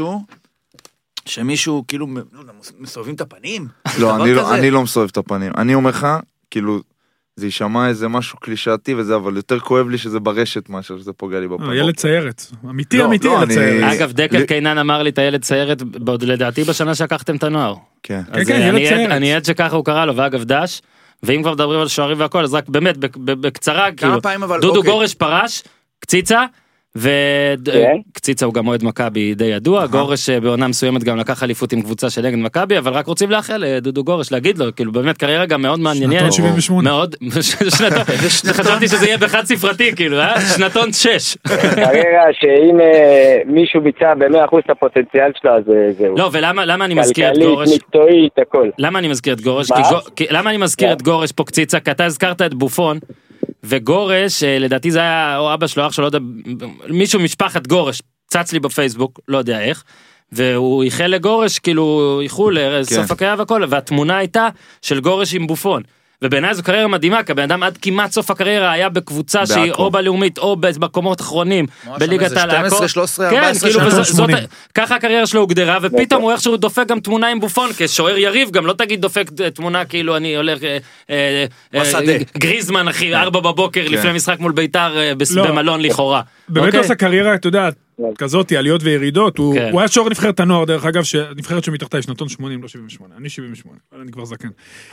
שמישהו כאילו מסובבים את הפנים. לא, אני לא מסובב את הפנים. אני אומר לך, כאילו, זה יישמע איזה משהו קלישאתי וזה, אבל יותר כואב לי שזה ברשת מאשר שזה פוגע לי בפנים. ילד ציירת. אמיתי ילד ציירת. אגב, דקל קיינן אמר לי את הילד ציירת, לדעתי בשנה שלקחתם את הנוער. כן. כן, ילד ציירת. אני עד שככה הוא קרא לו, ואגב דש, ואם כבר מדברים על שוערים והכל, אז רק באמת, בקצרה, כאילו, דודו גורש פרש, קציצה, וקציצה הוא גם אוהד מכבי די ידוע, גורש בעונה מסוימת גם לקח אליפות עם קבוצה של נגד מכבי, אבל רק רוצים לאחל דודו גורש להגיד לו, כאילו באמת קריירה גם מאוד מעניינת. שנתון 78. מאוד, חשבתי שזה יהיה בחד ספרתי, כאילו, שנתון 6. קריירה שאם מישהו ביצע ב100% את הפוטנציאל שלה, אז זהו. לא, ולמה אני מזכיר את גורש? כלכלית, מקצועית, הכל. למה אני מזכיר את גורש? למה אני מזכיר את גורש פה קציצה? כי אתה הזכרת את בופון, וגורש, לדעתי זה היה או אבא שלו, אח שלו, לא יודע, מישהו משפחת גורש, צץ לי בפייסבוק, לא יודע איך, והוא איחל לגורש, כאילו, איחול לסוף הקריירה והכל, והתמונה הייתה של גורש עם בופון. ובעיניי זו קריירה מדהימה, כי הבן אדם עד כמעט סוף הקריירה היה בקבוצה שהיא או בלאומית או במקומות אחרונים, בליגת העל. 12, 13, 14 שנה. ככה הקריירה שלו הוגדרה, ופתאום הוא איכשהו דופק גם תמונה עם בופון, כשוער יריב גם, לא תגיד דופק תמונה כאילו אני הולך, גריזמן אחי, 4 בבוקר לפני משחק מול ביתר במלון לכאורה. באמת עושה קריירה, אתה יודע, כזאת, עליות וירידות, הוא היה שוער נבחרת הנוער, דרך אגב, נבחרת שמתחתיה שנתון 80, לא 78, אני 78, אני כבר זקן.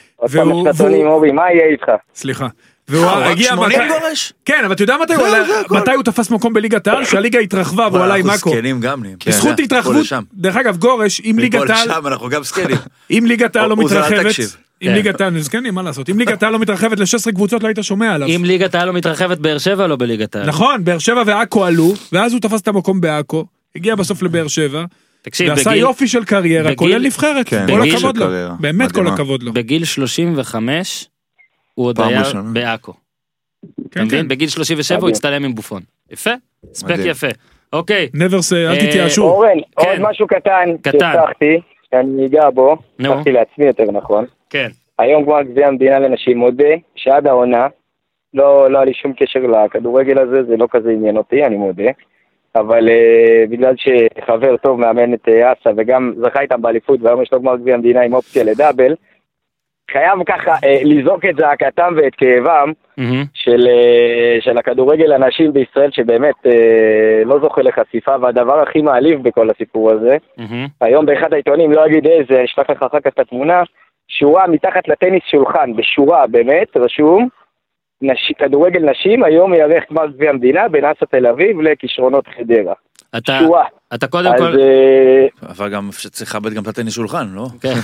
מה יהיה איתך? סליחה. והוא הגיע 80 גורש? כן, אבל אתה יודע מתי הוא תפס מקום בליגת העל? שהליגה התרחבה והוא עלה עם מאקו. אנחנו סקנים גם נהיים. בזכות התרחבות, דרך אגב, גורש, אם ליגת העל... אנחנו גם סקנים. אם ליגת העל לא מתרחבת... אם ליגת העל, נזכנים, מה לעשות? אם ליגת העל לא מתרחבת ל-16 קבוצות, לא היית שומע עליו. אם ליגת העל לא מתרחבת, באר שבע לא בליגת העל. נכון, באר שבע ועכו עלו, ואז הוא תפס את המקום בעכו, הגיע בסוף לבאר שבע, ועשה יופי של קריירה, כולל נבחרת. כל הכבוד לו. באמת כל הכבוד לו. בגיל 35, הוא עוד היה בעכו. אתה מבין? בגיל 37 הוא הצטלם עם בופון. יפה? ספק יפה. אוקיי. נברס, אל תתייאשו. אורן, עוד משהו קטן, שהבטחתי, שאני אגע בו, הבטחתי לעצמי יותר נכון. כן. היום כבר גביע המדינה לנשים, מודה שעד העונה, לא היה לי שום קשר לכדורגל הזה, זה לא כזה עניין אותי, אני מודה. אבל בגלל שחבר טוב מאמן את אסה, וגם זכה איתם באליפות, והיום יש לו גמר גביע המדינה עם אופציה לדאבל, חייב ככה לזעוק את זעקתם ואת כאבם של הכדורגל הנשים בישראל, שבאמת לא זוכה לחשיפה, והדבר הכי מעליב בכל הסיפור הזה, היום באחד העיתונים, לא אגיד איזה, אשלח לך אחר כך את התמונה, שורה מתחת לטניס שולחן, בשורה באמת, רשום, כדורגל נשים, היום יארך גמר גביע המדינה בין אסה תל אביב לכישרונות חדרה. שורה. אתה קודם כל... אבל גם צריך לכבד גם את הטניס שולחן, לא?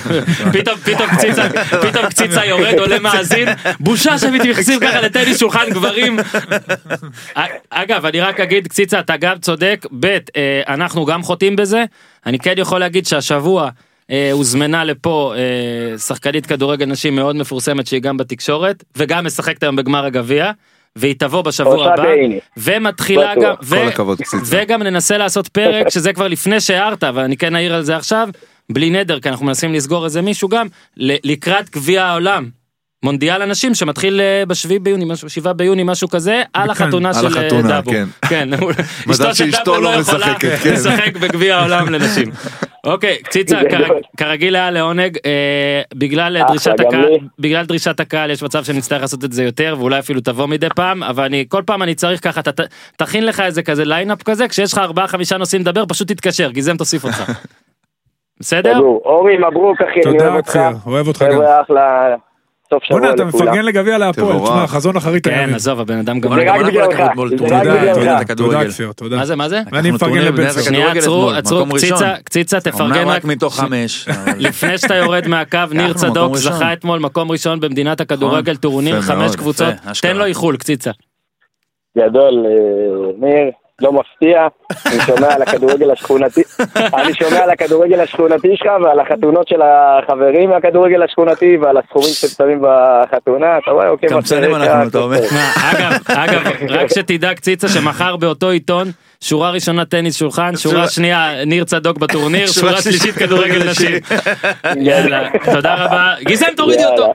פתאום קציצה יורד, עולה מאזין, בושה שמתייחסים ככה לטניס שולחן גברים. אגב, אני רק אגיד, קציצה, אתה גם צודק, אנחנו גם חוטאים בזה, אני כן יכול להגיד שהשבוע הוזמנה לפה שחקנית כדורגל נשים מאוד מפורסמת שהיא גם בתקשורת, וגם משחקת היום בגמר הגביע, והיא תבוא בשבוע הבא, ומתחילה גם, וגם ננסה לעשות פרק, שזה כבר לפני שהערת, ואני כן אעיר על זה עכשיו, בלי נדר, כי אנחנו מנסים לסגור איזה מישהו גם, לקראת גביע העולם, מונדיאל אנשים שמתחיל ב7 ביוני, 7 ביוני, משהו כזה, על החתונה של דאבו. כן, מזל שאשתו לא משחקת, לשחק בגביע העולם לנשים. אוקיי, קציצה, כרגיל היה לעונג, בגלל דרישת הקהל יש מצב שנצטרך לעשות את זה יותר, ואולי אפילו תבוא מדי פעם, אבל כל פעם אני צריך ככה, תכין לך איזה כזה ליינאפ כזה, כשיש לך 4-5 נושאים לדבר, פשוט תתקשר, גיזם תוסיף אותך. בסדר? אורי, מברוק אחי, אני אוהב אותך. אוהב אותך גם. בונה, אתה מפרגן לגביע להפועל, תשמע, חזון אחרית הימים. כן, עזוב, הבן אדם גם... זה רק בגללך, תודה כפיר, תודה. מה זה? ואני מפרגן לבן סגל. שנייה, עצרו, קציצה, תפרגן רק מתוך 5. לפני שאתה יורד מהקו, ניר צדוק זכה אתמול מקום ראשון במדינת הכדורגל, טורניר 5 קבוצות, תן לו איחול, קציצה. גדול, ניר. לא מפתיע, אני שומע על הכדורגל השכונתי שלך ועל החתונות של החברים מהכדורגל השכונתי ועל הסכומים שצמים בחתונה, אתה רואה, אוקיי, קמצנים אנחנו, אתה אומר. אגב, רק שתדע קציצה שמחר באותו עיתון, שורה ראשונה טניס שולחן, שורה שנייה ניר צדוק בטורניר, שורה שלישית כדורגל נשים. יאללה, תודה רבה, גיזם תורידי אותו.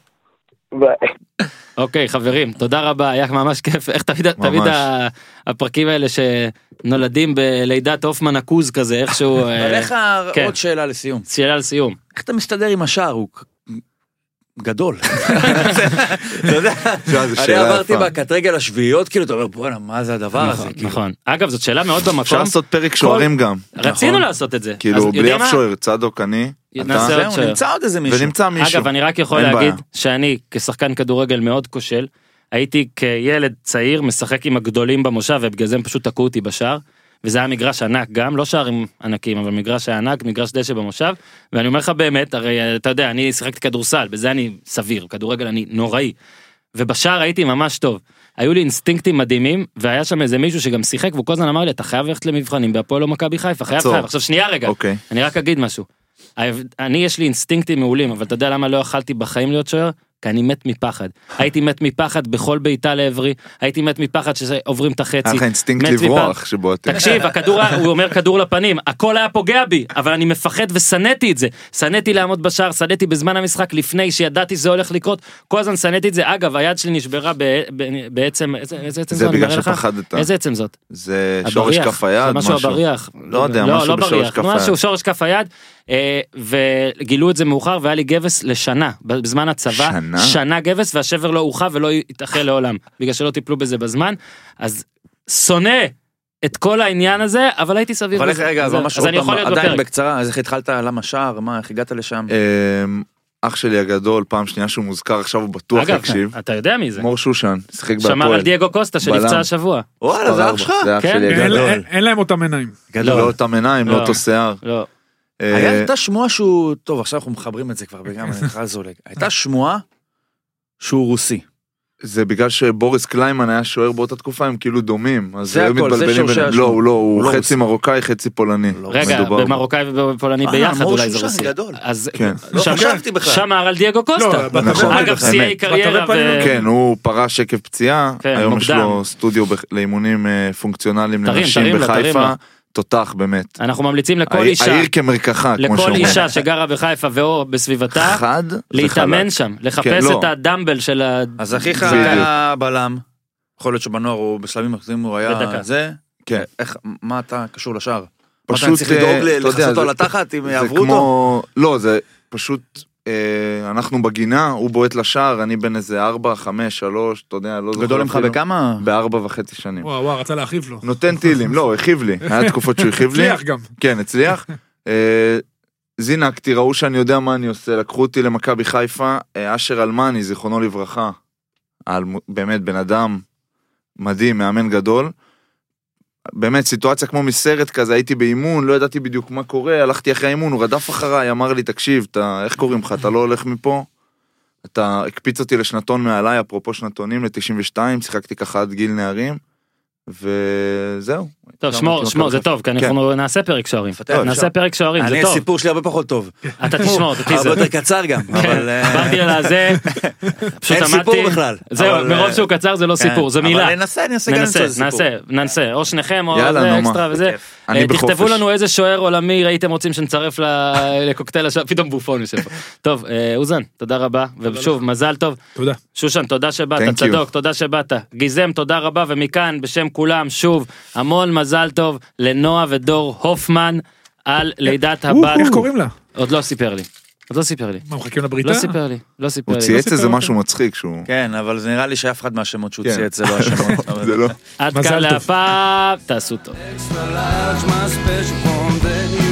אוקיי חברים, תודה רבה, היה ממש כיף, איך תמיד הפרקים האלה שנולדים בלידת אופמן עקוז כזה, איכשהו... אבל איך עוד שאלה לסיום? שאלה לסיום. איך אתה מסתדר עם השער? הוא גדול. אתה יודע, אני עברתי בקטרגל השביעיות, כאילו אתה אומר, בוא'נה, מה זה הדבר הזה? נכון. אגב, זאת שאלה מאוד במקום. אפשר לעשות פרק שוערים גם. רצינו לעשות את זה. כאילו, בלי אף שוער, צדוק אני. נמצא עוד איזה מישהו. ונמצא מישהו. אגב, אני רק יכול להגיד שאני כשחקן כדורגל מאוד כושל, הייתי כילד צעיר משחק עם הגדולים במושב, ובגלל זה הם פשוט תקעו אותי בשער, וזה היה מגרש ענק גם, לא שערים ענקים, אבל מגרש היה ענק, מגרש דשא במושב, ואני אומר לך באמת, הרי אתה יודע, אני שיחקתי כדורסל, בזה אני סביר, כדורגל אני נוראי, ובשער הייתי ממש טוב. היו לי אינסטינקטים מדהימים, והיה שם איזה מישהו שגם שיחק, והוא כל הזמן אמר לי, אתה חייב ללכת למבחנים, בהפועל או מכבי חיפה, חייב. עכשיו שנייה רגע, אני רק אגיד משהו. אני יש לי אינסטינקטים מעולים, אבל אתה יודע למה לא יכלתי בחיים להיות שוער? כי אני מת מפחד. הייתי מת מפחד בכל ביתה לעברי, הייתי מת מפחד שעוברים את החצי. היה לך אינסטינקט לברוח שבו אתה... תקשיב, הכדור, הוא אומר כדור לפנים, הכל היה פוגע בי, אבל אני מפחד וסניתי את זה. סניתי לעמוד בשער, סניתי בזמן המשחק לפני שידעתי זה הולך לקרות, כל הזמן סניתי את זה. אגב, היד שלי נשברה בעצם, איזה עצם זאת? זה בגלל שפחדת. איזה עצם זאת? זה שורש כף היד, משהו הבריח. לא יודע, משהו בשורש כף היד. משהו שורש כף היד, וגילו את זה מאוחר, והיה לי גבס לשנה, בזמן הצבא, שנה גבס, והשבר לא הורחב ולא יתאחל לעולם, בגלל שלא טיפלו בזה בזמן, אז שונא את כל העניין הזה, אבל הייתי סביר. אבל רגע, אז אני יכול להיות בפרק. עדיין בקצרה, אז איך התחלת, למה שער, מה, איך הגעת לשם? אח שלי הגדול, פעם שנייה שהוא מוזכר, עכשיו הוא בטוח יקשיב. אתה יודע מי זה? מור שושן, שיחק בהפועל. שמר על דייגו קוסטה שנפצע השבוע. וואלה, זה אח שלך? אין להם אותם עיניים. לא אותם עיניים, לא אותו שיער. לא. הייתה שמועה שהוא, טוב עכשיו אנחנו מחברים את זה כבר בגם, אני נקרא זולג, הייתה שמועה שהוא רוסי. זה בגלל שבוריס קליימן היה שוער באותה תקופה, הם כאילו דומים, אז זה הכל, זה שורשי לא, הוא חצי מרוקאי, חצי פולני. רגע, במרוקאי ובפולני ביחד אולי זה רוסי. אז שמר על דייגו קוסטה. אגב, שיאי קריירה. כן, הוא פרש עקב פציעה, היום יש לו סטודיו לאימונים פונקציונליים לנשים בחיפה. תותח באמת. אנחנו ממליצים לכל אישה, העיר כמרקחה, כמו שאומרים. לכל אישה שגרה בחיפה ואו בסביבתה, להתאמן שם, לחפש את הדמבל של ה... אז אחיך היה בלם, יכול להיות שבנוער הוא בשלבים אחרים הוא היה זה, מה אתה קשור לשער? פשוט צריך לדאוג לחסות אותו על התחת אם יעברו אותו? לא, זה פשוט... אנחנו בגינה, הוא בועט לשער, אני בין איזה 4, 5, 3, אתה יודע, לא זוכר. גדול ממך בכמה? ב4.5 שנים. וואו, רצה להחיב לו. נותן טילים, לא, החיב לי, היה תקופות שהוא החיב לי. הצליח גם. כן, הצליח. זינקתי, ראו שאני יודע מה אני עושה, לקחו אותי למכבי חיפה, אשר אלמני, זיכרונו לברכה, באמת בן אדם מדהים, מאמן גדול, באמת סיטואציה כמו מסרט כזה, הייתי באימון, לא ידעתי בדיוק מה קורה, הלכתי אחרי האימון, הוא רדף אחריי, אמר לי, תקשיב, איך קוראים לך, אתה לא הולך מפה? אתה הקפיץ אותי לשנתון מעליי, אפרופו שנתונים, ל-92, שיחקתי ככה עד גיל נערים, וזהו. טוב, שמור, זה טוב, כי אנחנו נעשה פרק שוערים. נעשה פרק שוערים, זה טוב. אני הסיפור שלי הרבה פחות טוב. אתה תשמור, אתה תיזר. הרבה יותר קצר גם, אבל... באתי על זה, פשוט אין סיפור בכלל. זהו, מרוב שהוא קצר זה לא סיפור, זה מילה. אבל ננסה, או שניכם, או אקסטרה וזה. תכתבו לנו איזה שוער עולמי הייתם רוצים שנצרף לקוקטייל השוער, פתאום בופון יושב פה. טוב, אוזן, תודה רבה, ושוב, מזל טוב. תודה. שושן, תודה שבאת, צדוק, תודה שבאת. גיזם, תודה רבה, ומכאן, בשם כולם, שוב, המון מזל טוב לנועה ודור הופמן על לידת הבת. איך קוראים לה? עוד לא סיפר לי. מה, מחכים לבריתה? לא סיפר לי. הוא צייץ איזה משהו מצחיק שהוא... כן, אבל זה נראה לי שאף אחד מהשמות שהוא צייץ זה לא השמות. זה לא. עד כאן להפעם, תעשו טוב.